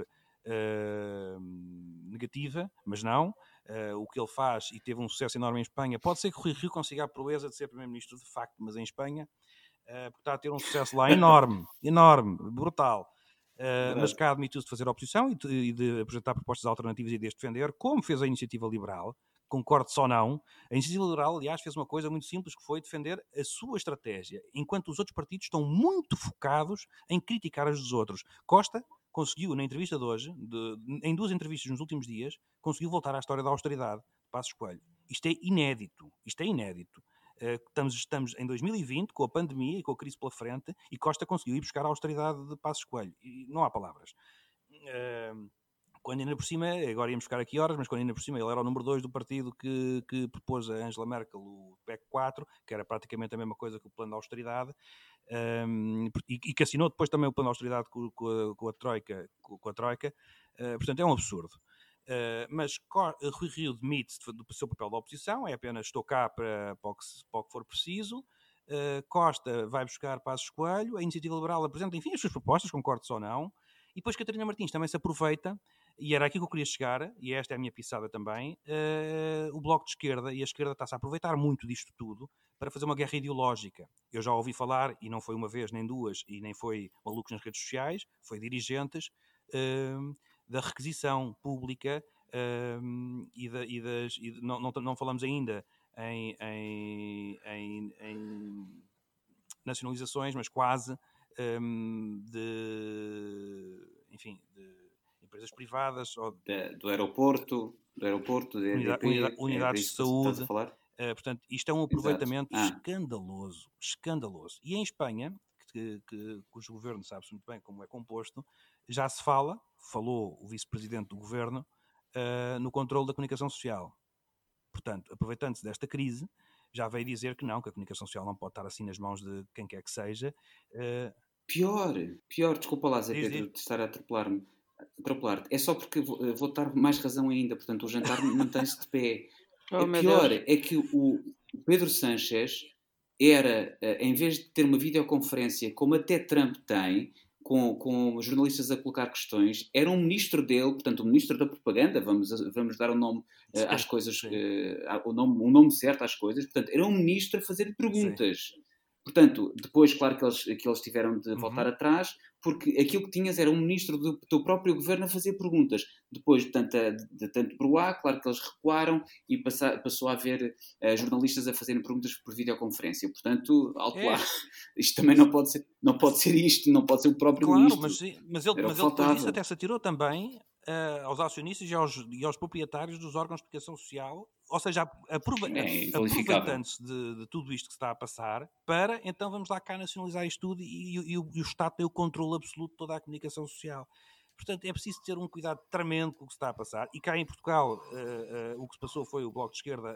B: uh, negativa, mas não. Uh, o que ele faz, e teve um sucesso enorme em Espanha, pode ser que Rui Rio consiga a proeza de ser primeiro-ministro de facto, mas em Espanha, uh, porque está a ter um sucesso lá enorme, enorme, brutal. Uh, mas cá admitiu-se de fazer oposição e de, e de apresentar propostas alternativas e de as defender, como fez a Iniciativa Liberal, concorde-se ou não. A Iniciativa Liberal, aliás, fez uma coisa muito simples, que foi defender a sua estratégia, enquanto os outros partidos estão muito focados em criticar as dos outros. Costa conseguiu, na entrevista de hoje, de, em duas entrevistas nos últimos dias, conseguiu voltar à história da austeridade de Passos Coelho. Isto é inédito. Isto é inédito. Uh, estamos, estamos em dois mil e vinte, com a pandemia e com a crise pela frente, e Costa conseguiu ir buscar a austeridade de Passos Coelho. E não há palavras. Uh, quando ainda por cima, agora íamos ficar aqui horas, mas quando ainda por cima ele era o número dois do partido que, que propôs a Angela Merkel o P E C quatro, que era praticamente a mesma coisa que o plano de austeridade, um, e, e que assinou depois também o plano de austeridade com, com, a, com a Troika. Com, com a Troika. Uh, portanto, é um absurdo. Uh, mas Rui Rio demite-se do seu papel da oposição, é apenas estou cá para, para, o, que, para o que for preciso. Uh, Costa vai buscar Passos Coelho, a Iniciativa Liberal apresenta, enfim, as suas propostas, concordo-se ou não, e depois Catarina Martins também se aproveita, e era aqui que eu queria chegar, e esta é a minha pisada também, uh, o Bloco de Esquerda e a esquerda está-se a aproveitar muito disto tudo para fazer uma guerra ideológica. Eu já ouvi falar, e não foi uma vez, nem duas, e nem foi malucos nas redes sociais, foi dirigentes, uh, da requisição pública um, e, da, e das... E não, não, não falamos ainda em, em, em, em nacionalizações, mas quase, um, de... enfim, de empresas privadas. Ou
D: de, do aeroporto, do aeroporto, de
B: unidade, unidade, unidades é de saúde. A falar? Uh, portanto, isto é um aproveitamento ah. escandaloso, escandaloso. E em Espanha, que, que, cujo governo sabe-se muito bem como é composto, já se fala, falou o vice-presidente do governo, uh, no controle da comunicação social. Portanto, aproveitando-se desta crise, já veio dizer que não, que a comunicação social não pode estar assim nas mãos de quem quer que seja. Uh...
D: Pior, pior, desculpa lá, Zé Pedro, de estar a atropelar-me. Atropelar-te. É só porque vou, vou dar mais razão ainda, portanto, o jantar mantém-se de pé. Oh, a pior Deus. É que o Pedro Sánchez era, em vez de ter uma videoconferência, como até Trump tem, com, com jornalistas a colocar questões, era um ministro dele, portanto, o ministro da propaganda, vamos, vamos dar o um nome uh, às coisas, uh, o nome, um nome certo às coisas, portanto, era um ministro a fazer perguntas. Sim. Portanto, depois, claro que eles, que eles tiveram de voltar uhum. atrás, porque aquilo que tinhas era um ministro do teu próprio governo a fazer perguntas. Depois de tanto, de, de tanto broá, claro que eles recuaram e passa, passou a haver uh, jornalistas a fazerem perguntas por videoconferência. Portanto, alto é. lá. Isto também não pode ser, não pode ser isto, não pode ser o próprio
B: claro,
D: ministro.
B: Mas, mas ele, mas ele depois disso até se atirou também uh, aos acionistas e aos, e aos proprietários dos órgãos de comunicação social, ou seja, aprove é, aproveitando-se de, de tudo isto que se está a passar, para, então vamos lá cá nacionalizar isto tudo e, e, e, o, e o Estado tem o controle absoluto de toda a comunicação social. Portanto, é preciso ter um cuidado tremendo com o que se está a passar. E cá em Portugal, uh, uh, o que se passou foi o Bloco de Esquerda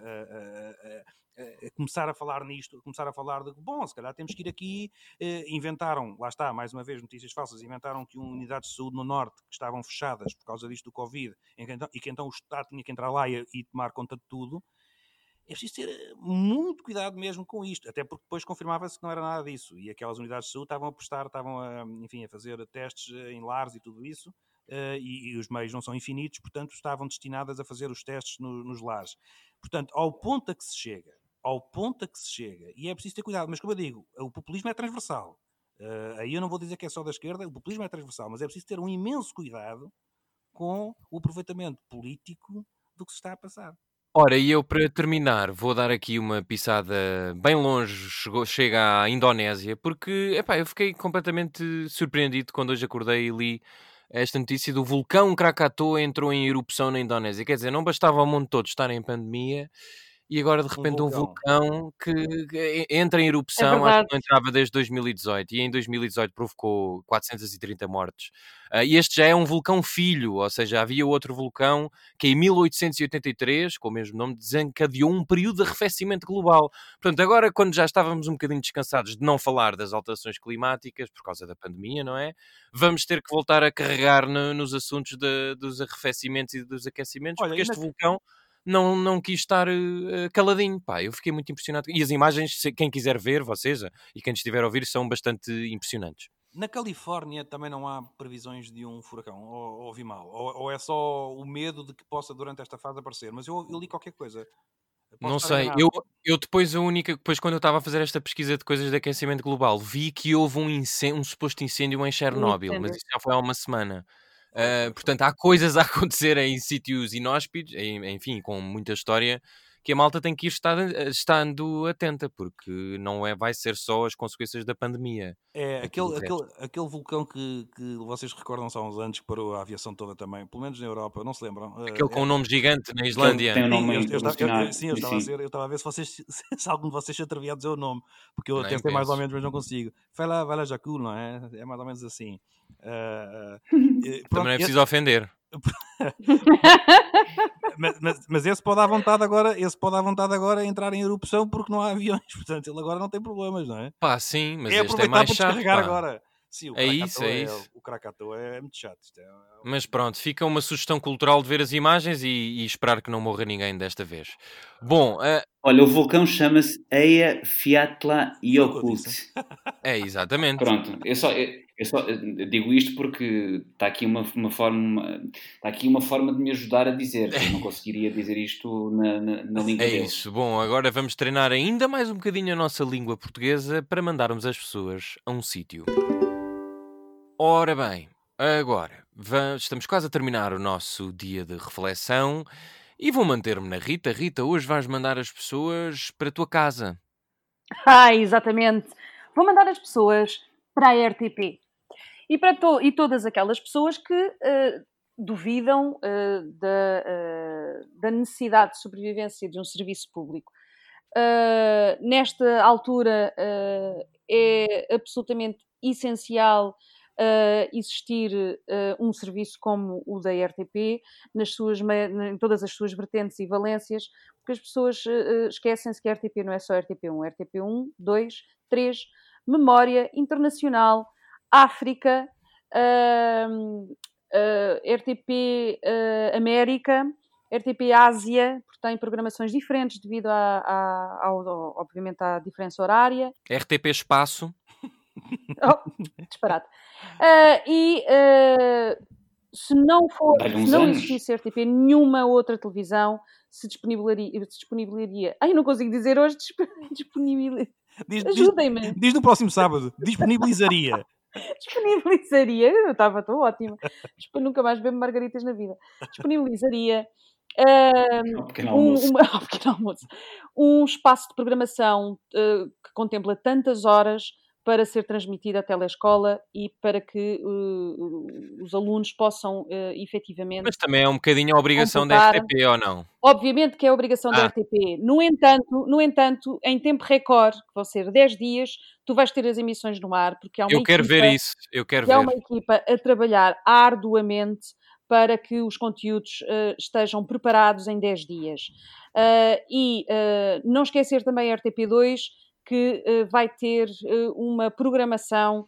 B: a uh, uh, uh, uh, começar a falar nisto, começar a falar de, bom, se calhar temos que ir aqui. Uh, inventaram, lá está, mais uma vez, notícias falsas, inventaram que unidades de saúde no Norte que estavam fechadas por causa disto do Covid, e que então, e que então o Estado tinha que entrar lá e, e tomar conta de tudo. É preciso ter muito cuidado mesmo com isto, até porque depois confirmava-se que não era nada disso, e aquelas unidades de saúde estavam a prestar, estavam a, enfim, a fazer testes em lares e tudo isso, uh, e, e os meios não são infinitos, portanto estavam destinadas a fazer os testes no, nos lares. Portanto, ao ponto a que se chega, ao ponto a que se chega, e é preciso ter cuidado, mas como eu digo, o populismo é transversal, uh, aí eu não vou dizer que é só da esquerda, o populismo é transversal, mas é preciso ter um imenso cuidado com o aproveitamento político do que se está a passar.
A: Ora, e eu para terminar vou dar aqui uma pisada bem longe, chegou, chega à Indonésia, porque epá, eu fiquei completamente surpreendido quando hoje acordei e li esta notícia do vulcão Krakatoa entrou em erupção na Indonésia. Quer dizer, não bastava o mundo todo estar em pandemia e agora de repente um vulcão, um vulcão que, que entra em erupção,
C: é
A: acho que não entrava desde dois mil e dezoito e em dois mil e dezoito provocou quatrocentas e trinta mortes. Uh, e este já é um vulcão filho, ou seja, havia outro vulcão que em mil oitocentos e oitenta e três, com o mesmo nome, desencadeou um período de arrefecimento global. Portanto, agora quando já estávamos um bocadinho descansados de não falar das alterações climáticas por causa da pandemia, não é? Vamos ter que voltar a carregar no, nos assuntos de, dos arrefecimentos e dos aquecimentos,
B: Olha,
A: porque este
B: na...
A: vulcão não, não quis estar uh, caladinho, pá, eu fiquei muito impressionado. E as imagens, se, quem quiser ver, vocês, e quem estiver a ouvir, são bastante impressionantes.
B: Na Califórnia também não há previsões de um furacão, ou, ou vi mal, ou, ou é só o medo de que possa durante esta fase aparecer, mas eu, eu li qualquer coisa.
A: Posso não sei, eu, eu depois a única, depois quando eu estava a fazer esta pesquisa de coisas de aquecimento global, vi que houve um, incêndio, um suposto incêndio em Chernobyl, mas isso já foi há uma semana. Uh, portanto, há coisas a acontecer em sítios inóspitos, em, enfim, com muita história, que a malta tem que ir estar, estando atenta, porque não é, vai ser só as consequências da pandemia.
B: É, aquele, aquele, aquele vulcão que, que vocês recordam-se há uns anos que parou a aviação toda também, pelo menos na Europa, não se lembram?
A: Aquele
B: é,
A: com um nome gigante na Islândia.
D: Tem um nome
B: sim, eu, eu, eu, eu, sim, eu estava a ver, eu estava a ver se, vocês, se algum de vocês se atrevia a dizer o nome, porque eu até sei mais ou menos, mas não consigo. Vai lá, vai lá, Jacu, não é? É mais ou menos assim. Uh, uh,
A: pronto, também não é preciso esse... ofender.
B: mas, mas, mas esse pode à vontade agora, esse pode à vontade agora entrar em erupção porque não há aviões, portanto ele agora não tem problemas, não é?
A: Pá, sim, mas
B: é
A: este é mais
B: para
A: chato,
B: descarregar
A: pá.
B: agora. Sim, o
A: é isso, é, é
B: isso. O Krakatoa é muito chato. Isto é...
A: Mas pronto, fica uma sugestão cultural de ver as imagens e, e esperar que não morra ninguém desta vez. Bom, uh...
D: olha, o vulcão chama-se Eyjafjallajökull.
A: É, exatamente.
D: Pronto, eu só, eu, eu só digo isto porque está aqui uma, uma forma está aqui uma forma de me ajudar a dizer. Eu não conseguiria dizer isto na, na, na língua
A: é
D: deles.
A: É isso. Bom, agora vamos treinar ainda mais um bocadinho a nossa língua portuguesa para mandarmos as pessoas a um sítio. Ora bem, agora vamos, estamos quase a terminar o nosso dia de reflexão e vou manter-me na Rita. Rita, hoje vais mandar as pessoas para a tua casa.
C: Ah, exatamente. Vou mandar as pessoas para a R T P. E, para to- e todas aquelas pessoas que uh, duvidam uh, da, uh, da necessidade de sobrevivência de um serviço público. Uh, nesta altura uh, é absolutamente essencial Uh, existir uh, um serviço como o da R T P nas suas, em todas as suas vertentes e valências, porque as pessoas uh, esquecem-se que a R T P não é só R T P um, R T P um, dois, três, Memória, Internacional, África, uh, uh, R T P uh, América, R T P Ásia, porque tem programações diferentes devido, a, a, ao, ao, obviamente, à diferença horária.
A: R T P Espaço.
C: Oh, disparate. Uh, e uh, se não for, se não existisse R T P, nenhuma outra televisão se disponibilizaria. Se disponibilizaria. Ai, não consigo dizer hoje. Disponibilizaria. Ajudem-me.
B: Diz, diz no próximo sábado. Disponibilizaria.
C: Disponibilizaria. Eu estava tão ótima. Nunca mais bebo margaritas na vida. Disponibilizaria. Uh,
D: um, pequeno almoço.
C: Um, um, pequeno almoço. Um espaço de programação uh, que contempla tantas horas para ser transmitida à telescola e para que uh, os alunos possam uh, efetivamente...
A: Mas também é um bocadinho a obrigação da R T P, ou não?
C: Obviamente que é a obrigação ah. da R T P. No entanto, no entanto, em tempo recorde, que vão ser dez dias, tu vais ter as emissões no ar, porque há uma
A: Eu quero
C: equipa,
A: ver isso, eu quero
C: ver.
A: Há
C: uma equipa a trabalhar arduamente para que os conteúdos uh, estejam preparados em dez dias. Uh, e uh, não esquecer também a R T P dois, que uh, vai ter uh, uma programação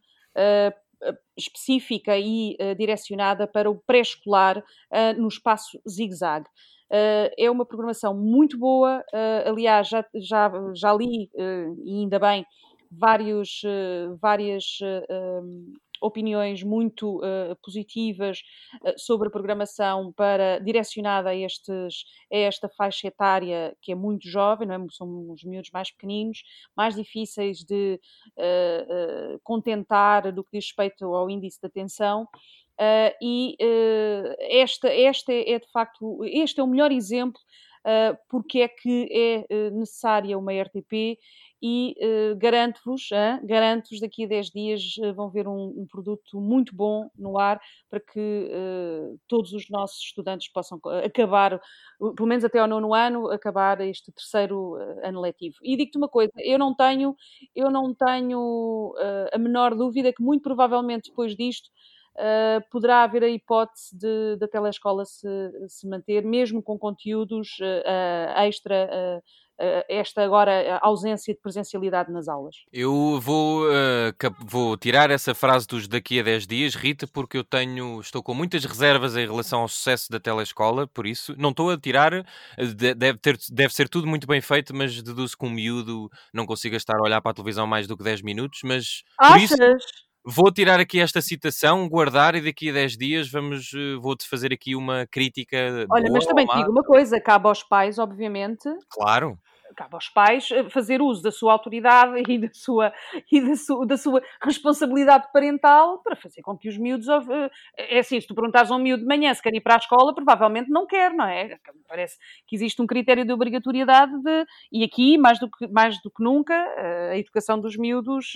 C: uh, específica e uh, direcionada para o pré-escolar uh, no espaço Zig-Zag. Uh, é uma programação muito boa, uh, aliás, já, já, já li, uh, e ainda bem, vários, uh, várias uh, um, opiniões muito uh, positivas uh, sobre a programação para, direcionada a, estes, a esta faixa etária que é muito jovem, não é? São os miúdos mais pequeninos, mais difíceis de uh, uh, contentar do que diz respeito ao índice de atenção. Uh, e uh, esta, esta é de facto, este é o melhor exemplo uh, porque é que é uh, necessária uma R T P e uh, garanto-vos, uh, garanto-vos daqui a dez dias uh, vão ver um, um produto muito bom no ar para que uh, todos os nossos estudantes possam acabar, uh, pelo menos até ao nono ano, acabar este terceiro uh, ano letivo. E digo-te uma coisa, eu não tenho, eu não tenho uh, a menor dúvida que muito provavelmente depois disto Uh, poderá haver a hipótese de, da telescola se, se manter, mesmo com conteúdos uh, extra, uh, uh, esta agora ausência de presencialidade nas aulas.
A: Eu vou, uh, vou tirar essa frase dos daqui a dez dias, Rita, porque eu tenho, estou com muitas reservas em relação ao sucesso da telescola, por isso não estou a tirar, deve, ter, deve ser tudo muito bem feito, mas deduzo que um miúdo não consiga estar a olhar para a televisão mais do que dez minutos, mas por
C: Achas?
A: isso... Vou tirar aqui esta citação, guardar, e daqui a dez dias vamos, vou-te fazer aqui uma crítica.
C: Olha,
A: boa,
C: mas também te digo uma coisa, cabe aos pais, obviamente.
A: Claro.
C: Cabe aos pais fazer uso da sua autoridade e da sua, e da sua, da sua responsabilidade parental para fazer com que os miúdos... É assim, se tu perguntares a um miúdo de manhã se quer ir para a escola, provavelmente não quer, não é? Parece que existe um critério de obrigatoriedade de, e aqui, mais do que, mais do que nunca, a educação dos miúdos...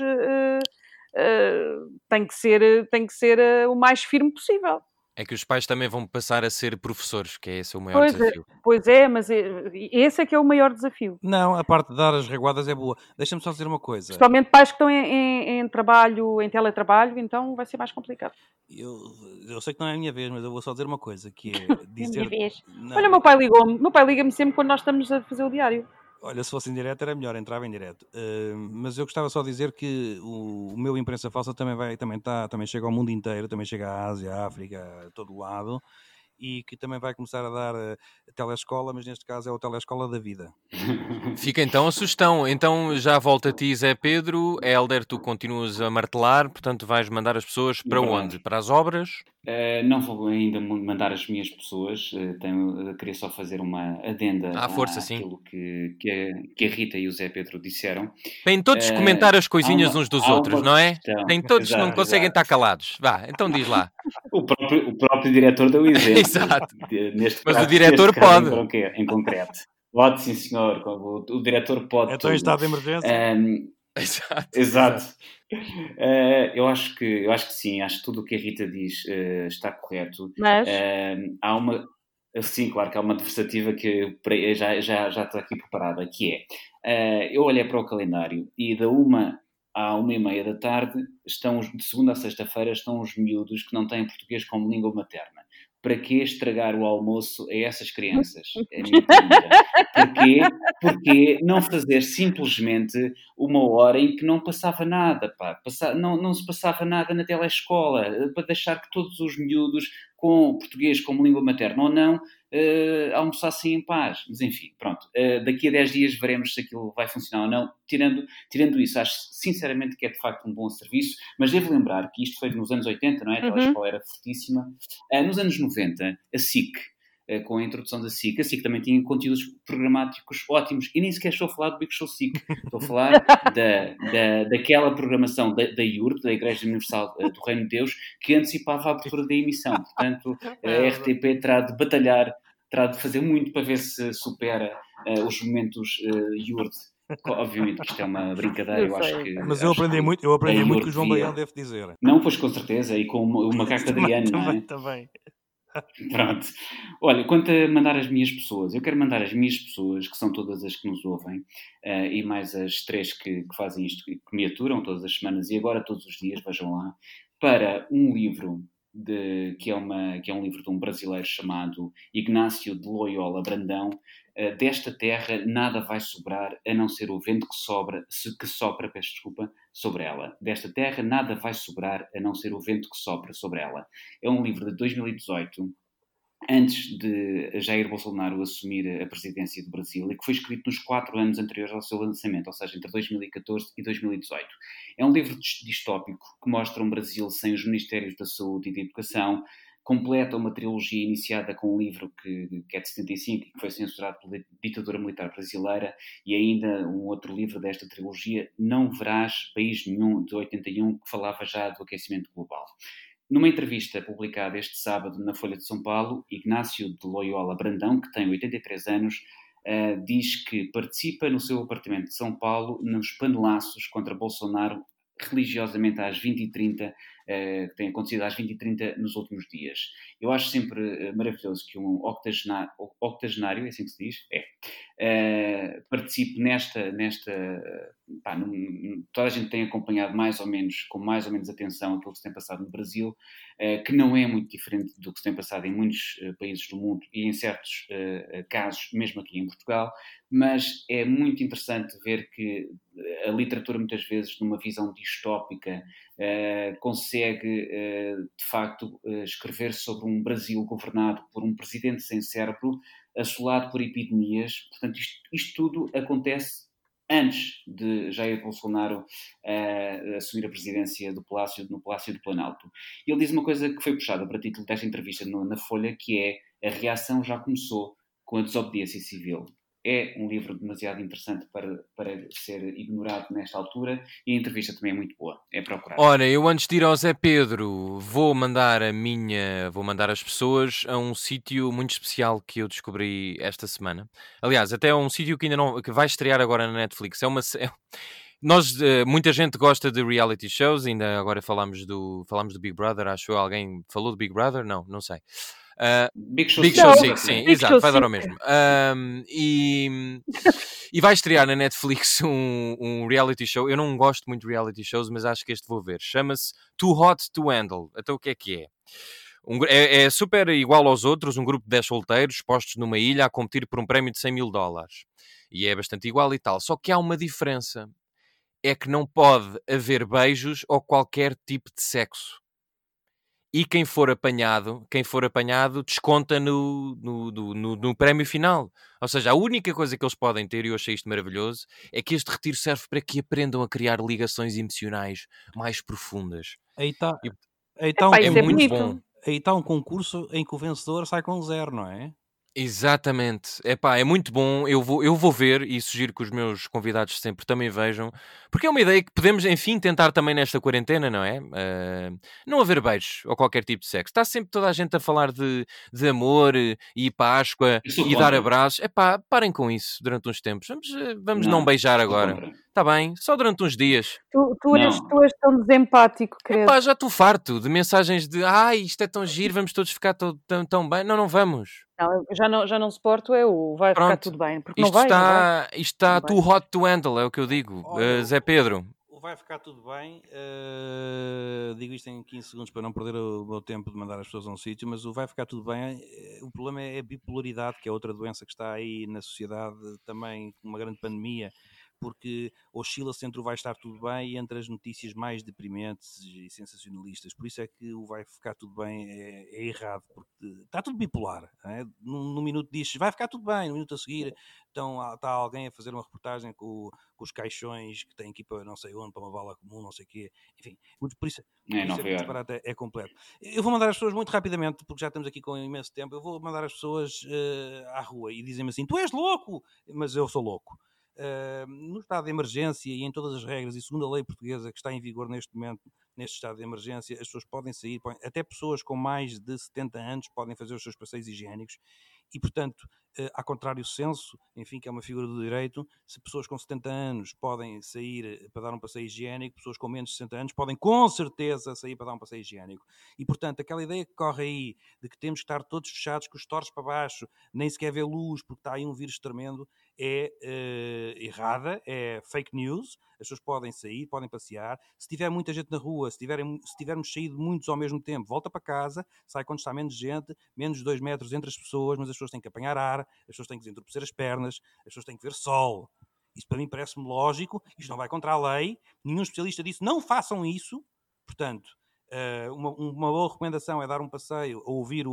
C: Uh, tem que ser, tem que ser uh, o mais firme possível.
A: É que os pais também vão passar a ser professores, que é esse o maior
C: pois
A: desafio.
C: É, pois é, mas é, esse é que é o maior desafio.
B: Não, a parte de dar as reguadas é boa. Deixa-me só dizer uma coisa.
C: Principalmente pais que estão em, em, em trabalho, em teletrabalho, então vai ser mais complicado.
B: Eu, eu sei que não é a minha vez, mas eu vou só dizer uma coisa, que é dizer...
C: é a minha vez.
B: Não.
C: Olha, o meu pai ligou-me. O meu pai liga-me sempre quando nós estamos a fazer o diário.
B: Olha, se fosse em direto era melhor, entrava em direto. Uh, mas eu gostava só de dizer que o, o meu Imprensa Falsa também, vai, também, tá, também chega ao mundo inteiro, também chega à Ásia, à África, a todo lado, e que também vai começar a dar a, a telescola, mas neste caso é o telescola da vida.
A: Fica então a sugestão. Então já volta a ti, Zé Pedro. Hélder, tu continuas a martelar, portanto vais mandar as pessoas para onde? Para as obras?
D: Uh, não vou ainda mandar as minhas pessoas, uh, tenho, uh, queria só fazer uma adenda
A: à força,
D: àquilo que, que, a, que a Rita e o Zé Pedro disseram.
A: Têm todos uh, comentar as coisinhas uma, uns dos outros, não é?
D: Questão.
A: Têm todos,
D: Exato,
A: não conseguem
D: exato.
A: estar calados. Vá, então diz lá.
D: O próprio, o próprio diretor deu exemplo.
A: Exato.
D: Neste
A: Mas
D: caso,
A: o diretor pode.
D: Em, em concreto. Pode, sim senhor. O, o diretor pode.
B: Então em estado de emergência.
D: Um,
A: exato.
D: Exato. exato. Uh, eu, acho que, eu acho que sim, acho que tudo o que a Rita diz uh, está correto.
C: Mas...
D: Uh, há uma... Sim, claro que há uma adversativa que já, já, já está aqui preparada, que é... Uh, eu olhei para o calendário e da uma à uma e meia da tarde, estão, de segunda a sexta-feira, estão os miúdos que não têm português como língua materna. Para que estragar o almoço a essas crianças? É a minha pergunta. Porquê? Porquê não fazer simplesmente uma hora em que não passava nada, pá? Passa, não, não se passava nada na telescola, para deixar que todos os miúdos com português como língua materna ou não, uh, almoçassem em paz. Mas enfim, pronto. Uh, daqui a dez dias veremos se aquilo vai funcionar ou não. Tirando, tirando isso, acho sinceramente que é de facto um bom serviço, mas devo lembrar que isto foi nos anos oitenta, não é? Aquela
C: uhum.
D: escola era fortíssima. Uh, nos anos noventa, a S I C, uh, com a introdução da S I C, a S I C também tinha conteúdos programáticos ótimos, e nem sequer estou a falar do Big Show S I C, estou a falar da, da, daquela programação da, da I U R T, da Igreja Universal uh, do Reino de Deus, que antecipava a abertura da emissão. Portanto, a R T P terá de batalhar, terá de fazer muito para ver se supera uh, os momentos uh, I U R T Obviamente que isto é uma brincadeira,
C: Eu
D: eu acho
C: sei, eu
D: que...
C: sei.
B: Mas eu
D: acho
B: aprendi
D: que
B: muito, eu aprendi
D: a
B: muito
D: Ior
B: com o João
D: devia...
B: Baião, devo dizer.
D: Não, pois com certeza, e com o, o macaco
B: Também,
D: Adriano, não
B: também,
D: é?
B: também.
D: Pronto. Olha, quanto a mandar as minhas pessoas, eu quero mandar as minhas pessoas, que são todas as que nos ouvem, uh, e mais as três que, que fazem isto, que me aturam todas as semanas e agora todos os dias, vejam lá, para um livro de, que, é uma, que é um livro de um brasileiro chamado Ignácio de Loyola Brandão. Uh, desta terra nada vai sobrar a não ser o vento que sobra, se, que sopra, peço desculpa, sobre ela. Desta terra nada vai sobrar a não ser o vento que sopra sobre ela. É um livro de dois mil e dezoito, antes de Jair Bolsonaro assumir a presidência do Brasil, e que foi escrito nos quatro anos anteriores ao seu lançamento, ou seja, entre dois mil e catorze e dois mil e dezoito. É um livro distópico que mostra um Brasil sem os Ministérios da Saúde e da Educação, completa uma trilogia iniciada com um livro que, que é de setenta e cinco e que foi censurado pela ditadura militar brasileira, e ainda um outro livro desta trilogia, Não Verás País Nenhum, de oitenta e um, que falava já do aquecimento global. Numa entrevista publicada este sábado na Folha de São Paulo, Ignácio de Loyola Brandão, que tem oitenta e três anos, uh, diz que participa no seu apartamento de São Paulo nos panelaços contra Bolsonaro religiosamente às vinte e trinta, uh, que tem acontecido às vinte e trinta nos últimos dias. Eu acho sempre uh, maravilhoso que um octogenário, octogenário, é assim que se diz? É. Uh, participe nesta, nesta pá, não, toda a gente tem acompanhado mais ou menos, com mais ou menos atenção aquilo que se tem passado no Brasil, uh, que não é muito diferente do que se tem passado em muitos uh, países do mundo e em certos uh, casos, mesmo aqui em Portugal, mas é muito interessante ver que a literatura muitas vezes, numa visão distópica, uh, consegue uh, de facto uh, escrever sobre um Brasil governado por um presidente sem cérebro, assolado por epidemias. Portanto, isto, isto tudo acontece antes de Jair Bolsonaro uh, assumir a presidência do Palácio, no Palácio do Planalto. Ele diz uma coisa que foi puxada para título desta entrevista no, na Folha, que é: a reação já começou com a desobediência civil. É um livro demasiado interessante para, para ser ignorado nesta altura, e a entrevista também é muito boa. É procurar.
A: Ora, eu antes de ir ao Zé Pedro, vou mandar a minha, vou mandar as pessoas a um sítio muito especial que eu descobri esta semana. Aliás, até é um sítio que ainda não, que vai estrear agora na Netflix. É uma, é, nós, muita gente gosta de reality shows, ainda agora falámos do, falámos do Big Brother, acho que alguém falou do Big Brother? Não, não sei. Uh,
D: Big Show
A: Big Show
C: Six,
A: sim,
C: Big
A: exato,
C: Show
A: vai dar ao
C: Six.
A: mesmo. Um, e, e vai estrear na Netflix um, um reality show. Eu não gosto muito de reality shows, mas acho que este vou ver. Chama-se Too Hot to Handle. Então o que é que é? Um, é, é super igual aos outros, um grupo de dez solteiros postos numa ilha a competir por um prémio de cem mil dólares. E é bastante igual e tal. Só que há uma diferença. É que não pode haver beijos ou qualquer tipo de sexo. E quem for apanhado, quem for apanhado desconta no, no, no, no, no prémio final. Ou seja, a única coisa que eles podem ter, e eu achei isto maravilhoso, é que este retiro serve para que aprendam a criar ligações emocionais mais profundas.
B: Aí está
A: E
B: aí tá um,
C: Epá,
A: é
C: isso é
A: muito
C: bonito.
A: bom.
B: aí tá um concurso em que o vencedor sai com zero, não é?
A: Exatamente. Epá, é muito bom. Eu vou, eu vou ver e sugiro que os meus convidados sempre também vejam, porque é uma ideia que podemos, enfim, tentar também nesta quarentena, não é? Uh, não haver beijos ou qualquer tipo de sexo. Está sempre toda a gente a falar de, de amor e Páscoa
D: Eu sou
A: e dar
D: contra.
A: abraços. Epá, parem com isso durante uns tempos. Vamos, vamos não,
D: Não,
A: beijar
D: sou
A: agora.
D: contra.
A: Está bem? Só durante uns dias.
C: Tu, tu, és,
D: Não.
C: tu és tão desempático, credo.
A: Epá, já estou farto de mensagens de ai, isto é tão giro, vamos todos ficar tão, tão, tão bem. Não, não vamos.
C: Não, eu já não, já não suporto é o vai ficar
A: Pronto,
C: tudo bem. Porque
A: isto
C: não vai, não vai.
A: está, isto está
C: Não
A: too
C: vai.
A: hot to handle, é o que eu digo.
B: Olha,
A: Uh, Zé Pedro.
B: o vai ficar tudo bem. Uh, digo isto em quinze segundos para não perder o meu tempo de mandar as pessoas a um sítio, mas o vai ficar tudo bem. O problema é a bipolaridade, que é outra doença que está aí na sociedade, também com uma grande pandemia, porque oscila-se entre o vai estar tudo bem e entre as notícias mais deprimentes e sensacionalistas. Por isso é que o vai ficar tudo bem é, é errado, porque está tudo bipolar. Não é? Num, num minuto diz vai ficar tudo bem, no minuto a seguir então, está alguém a fazer uma reportagem com, com os caixões que têm que ir para não sei onde, para uma vala comum, não sei o quê. Enfim, por isso, por
D: É,
B: isso
D: Nova
B: é que o
D: Iorque.
B: disparate é, é completo. Eu vou mandar as pessoas muito rapidamente, porque já estamos aqui com imenso tempo, eu vou mandar as pessoas uh, à rua e dizem-me assim, tu és louco! Mas eu sou louco. Uh, no estado de emergência e em todas as regras e segundo a lei portuguesa que está em vigor neste momento, neste estado de emergência, as pessoas podem sair, podem, até pessoas com mais de setenta anos podem fazer os seus passeios higiênicos e, portanto, Uh, ao contrário censo, enfim, que é uma figura do direito, se pessoas com setenta anos podem sair para dar um passeio higiênico, pessoas com menos de sessenta anos podem com certeza sair para dar um passeio higiênico. E, portanto, aquela ideia que corre aí de que temos que estar todos fechados, com os torres para baixo, nem sequer ver luz, porque está aí um vírus tremendo, é uh, errada, é fake news. As pessoas podem sair, podem passear. Se tiver muita gente na rua, se, tiverem, se tivermos saído muitos ao mesmo tempo, volta para casa, sai quando está menos gente, menos de dois metros entre as pessoas, mas as pessoas têm que apanhar ar, as pessoas têm que desentorpecer as pernas, as pessoas têm que ver sol. Isso para mim parece-me lógico, isto não vai contra a lei, nenhum especialista disse não façam isso. Portanto, uma, uma boa recomendação é dar um passeio ou ouvir o,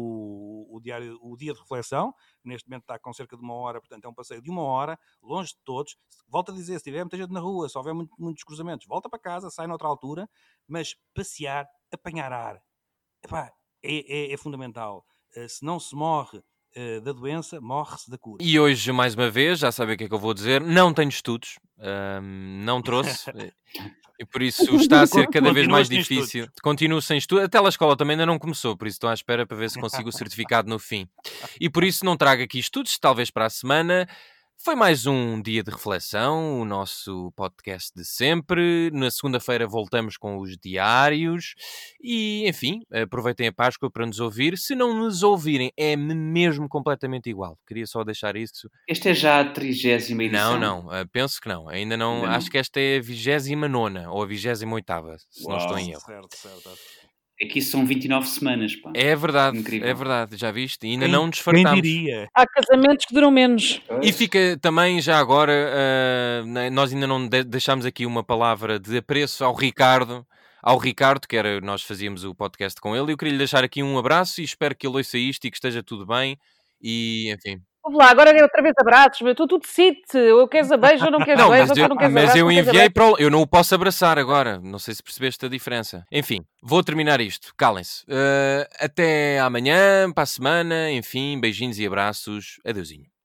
B: o, o, diário, o dia de reflexão, que neste momento está com cerca de uma hora, portanto é um passeio de uma hora, longe de todos. Volto a dizer, se tiver muita gente na rua, se houver muito, muitos cruzamentos, volta para casa, sai noutra altura, mas passear, apanhar ar, epá, é, é, é fundamental. Se não se morre da doença, morre-se da cura.
A: E hoje, mais uma vez, já sabem o que é que eu vou dizer, não tenho estudos, um, não trouxe, e por isso está a ser cada vez mais difícil. Continuo sem estudo, a telescola também ainda não começou, por isso estou à espera para ver se consigo o certificado no fim. E por isso não trago aqui estudos, talvez para a semana. Foi mais um dia de reflexão, o nosso podcast de sempre. Na segunda-feira voltamos com os diários. E, enfim, aproveitem a Páscoa para nos ouvir. Se não nos ouvirem, é mesmo completamente igual. Queria só deixar isso.
D: Esta é já a trigésima edição?
A: Não, não. Penso que não. Ainda não. Ainda acho não. que esta é a vigésima nona ou a vigésima oitava, se Uau. não estou em erro.
B: Certo, certo.
D: Aqui são vinte e nove semanas, pá.
A: É verdade, Incrível. é verdade, já viste? E ainda quem, não nos fartámos.
B: Quem diria?
C: Há casamentos que duram menos.
A: E fica também, já agora, uh, nós ainda não de- deixámos aqui uma palavra de apreço ao Ricardo, ao Ricardo, que era, nós fazíamos o podcast com ele, e eu queria lhe deixar aqui um abraço e espero que ele ouça isto e que esteja tudo bem, e enfim...
C: Vamos lá, agora outra vez abraços, mas tu, tu decide-te, ou queres a beijo ou não queres
A: não,
C: beijo,
A: mas
C: ou
A: eu,
C: não queres
A: mas
C: abraço,
A: eu
C: não queres
A: enviei para o... Eu não o posso abraçar agora, não sei se percebeste a diferença. Enfim, vou terminar isto, calem-se. Uh, até amanhã, para a semana, enfim, beijinhos e abraços, adeusinho.